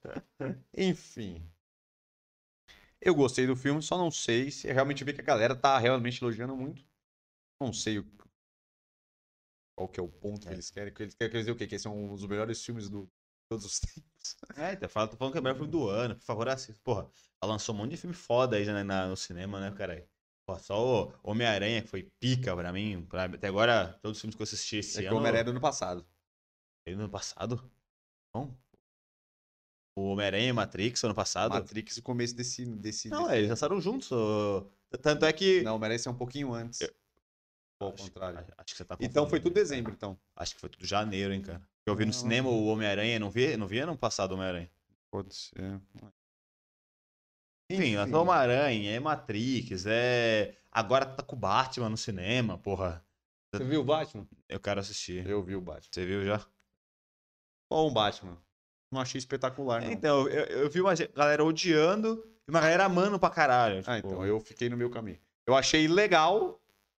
[SPEAKER 1] Enfim. Eu gostei do filme, só não sei se realmente vi que a galera tá realmente elogiando muito. Não sei qual que é o ponto que eles querem. Eles querem dizer o quê? Que esse é um dos melhores filmes de todos os tempos.
[SPEAKER 2] Então, tô falando que é o melhor filme do ano, por favor, assista. Porra, ela lançou um monte de filme foda aí no cinema, né, cara? Porra, só o Homem-Aranha, que foi pica pra mim. Até agora, todos os filmes que eu assisti esse
[SPEAKER 1] É que o
[SPEAKER 2] ano...
[SPEAKER 1] Homem-Aranha do ano passado.
[SPEAKER 2] Ele no ano passado? Não? O Homem-Aranha e Matrix ano passado?
[SPEAKER 1] Matrix, o começo desse
[SPEAKER 2] Não, eles lançaram juntos. Tanto é que...
[SPEAKER 1] Não, o Homem-Aranha é um pouquinho antes. Ou ao contrário.
[SPEAKER 2] Acho que você tá
[SPEAKER 1] Então foi
[SPEAKER 2] confundindo,
[SPEAKER 1] tudo
[SPEAKER 2] cara.
[SPEAKER 1] dezembro, então.
[SPEAKER 2] Acho que foi tudo janeiro, hein, cara. Eu vi no
[SPEAKER 1] Ah.
[SPEAKER 2] cinema o Homem-Aranha, não vi ano passado o Homem-Aranha.
[SPEAKER 1] Pode ser.
[SPEAKER 2] Enfim, lançou Homem-Aranha, é Matrix, agora tá com o Batman no cinema, porra.
[SPEAKER 1] Você viu o Batman?
[SPEAKER 2] Eu quero assistir.
[SPEAKER 1] Eu vi o Batman.
[SPEAKER 2] Você viu já?
[SPEAKER 1] Bom, o Batman. Não achei espetacular, não.
[SPEAKER 2] Então, eu vi uma galera odiando e uma galera amando pra caralho.
[SPEAKER 1] Ah,
[SPEAKER 2] tipo.
[SPEAKER 1] então eu fiquei no meu caminho. Eu achei legal,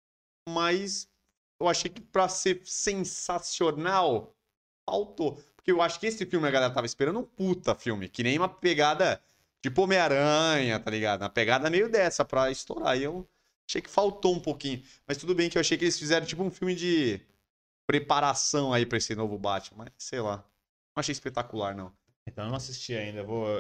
[SPEAKER 1] mas eu achei que pra ser sensacional, faltou. Porque eu acho que esse filme a galera tava esperando um puta filme, que nem uma pegada tipo Homem-Aranha, tá ligado? Uma pegada meio dessa pra estourar. E eu achei que faltou um pouquinho. Mas tudo bem que eu achei que eles fizeram tipo um filme de preparação aí pra esse novo Batman. Mas sei lá. Não achei espetacular, não.
[SPEAKER 2] Então eu não assisti ainda,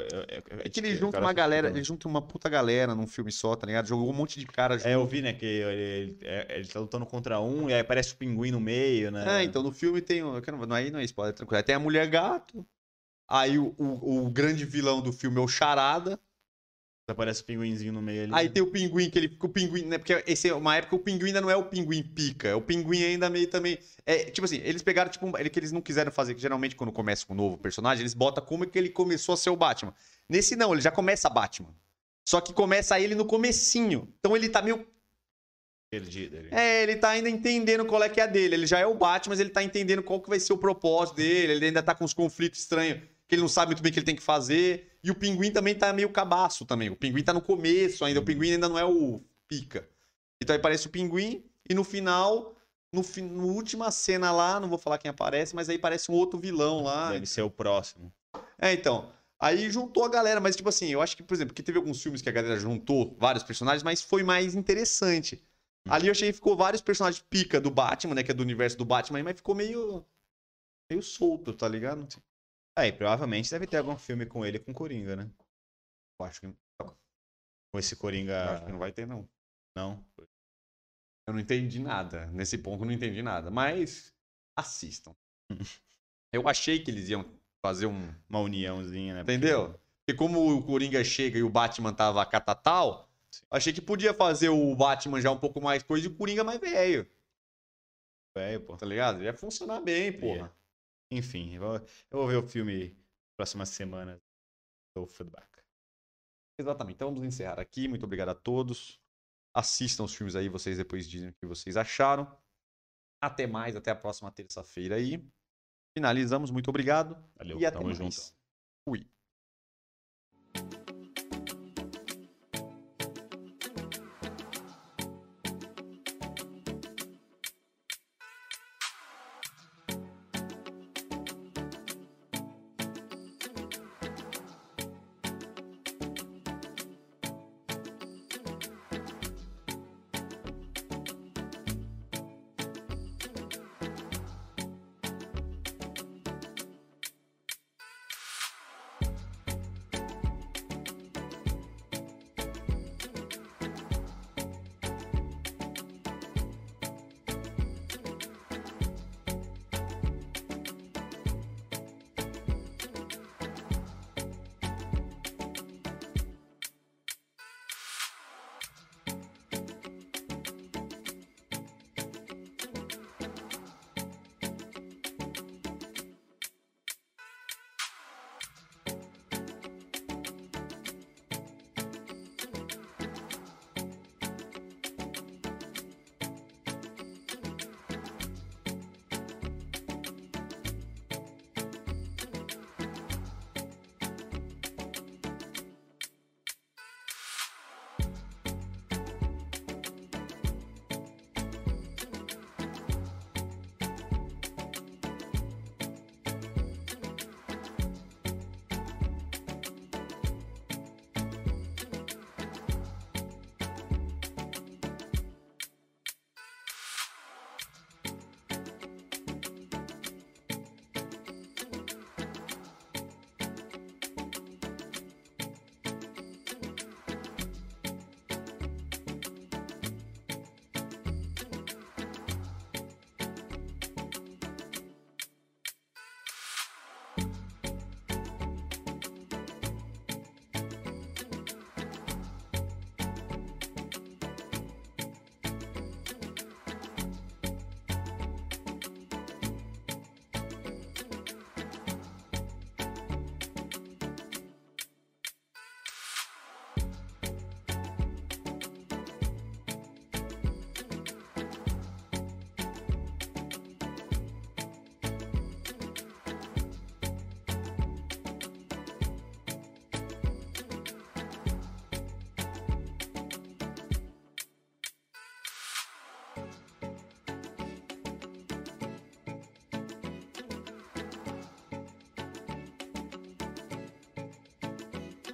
[SPEAKER 1] É que ele junta uma galera, ele junta uma puta galera num filme só, tá ligado? Jogou um monte de cara junto.
[SPEAKER 2] eu vi, né, que ele tá lutando contra um e aí aparece o pinguim no meio, né?
[SPEAKER 1] Então no filme tem. Aí não é spoiler, tranquilo. Aí tem a Mulher Gato. Aí o grande vilão do filme é o Charada.
[SPEAKER 2] Aparece o pinguinzinho no meio ali.
[SPEAKER 1] Aí tem o Pinguim, que ele fica o Pinguim, né? Porque esse é uma época o Pinguim ainda não é o Pinguim pica. É o Pinguim ainda meio também. Tipo assim, eles pegaram, tipo, que eles não quiseram fazer, que geralmente quando começa com um novo personagem, eles botam como é que ele começou a ser o Batman. Nesse não, ele já começa Batman. Só que começa ele no comecinho. Então ele tá meio.
[SPEAKER 2] Perdido ali.
[SPEAKER 1] Ele tá ainda entendendo qual é que é a dele. Ele já é o Batman, mas ele tá entendendo qual que vai ser o propósito dele. Ele ainda tá com uns conflitos estranhos, que ele não sabe muito bem o que ele tem que fazer. E o Pinguim também tá meio cabaço também. O Pinguim tá no começo ainda. O Pinguim ainda não é o pica. Então aí aparece o Pinguim e no final, no última cena lá, não vou falar quem aparece, mas aí aparece um outro vilão lá.
[SPEAKER 2] Deve ser o próximo.
[SPEAKER 1] Então. Aí juntou a galera, mas tipo assim, eu acho que, por exemplo, que teve alguns filmes que a galera juntou vários personagens, mas foi mais interessante. Ali eu achei que ficou vários personagens pica do Batman, né? Que é do universo do Batman, mas ficou meio solto, tá ligado?
[SPEAKER 2] E provavelmente deve ter algum filme com ele com Coringa, né?
[SPEAKER 1] Eu acho que,
[SPEAKER 2] Com esse
[SPEAKER 1] eu
[SPEAKER 2] Coringa.
[SPEAKER 1] acho que não vai ter, não.
[SPEAKER 2] Não.
[SPEAKER 1] Eu não entendi nada. Nesse ponto eu não entendi nada. Mas assistam. Eu achei que eles iam fazer
[SPEAKER 2] Uma uniãozinha, né?
[SPEAKER 1] Entendeu? Porque como o Coringa chega e o Batman tava catatal, achei que podia fazer o Batman já um pouco mais coisa e o Coringa mais velho.
[SPEAKER 2] Velho, pô.
[SPEAKER 1] Tá ligado? Ia funcionar bem, porra.
[SPEAKER 2] Enfim, eu vou ver o filme próxima semana do feedback.
[SPEAKER 1] Exatamente. Então vamos encerrar aqui. Muito obrigado a todos. Assistam os filmes aí, vocês depois dizem o que vocês acharam. Até mais, até a próxima terça-feira aí. Finalizamos, muito obrigado.
[SPEAKER 2] Valeu,
[SPEAKER 1] e até
[SPEAKER 2] tamo
[SPEAKER 1] mais.
[SPEAKER 2] junto.
[SPEAKER 1] Fui.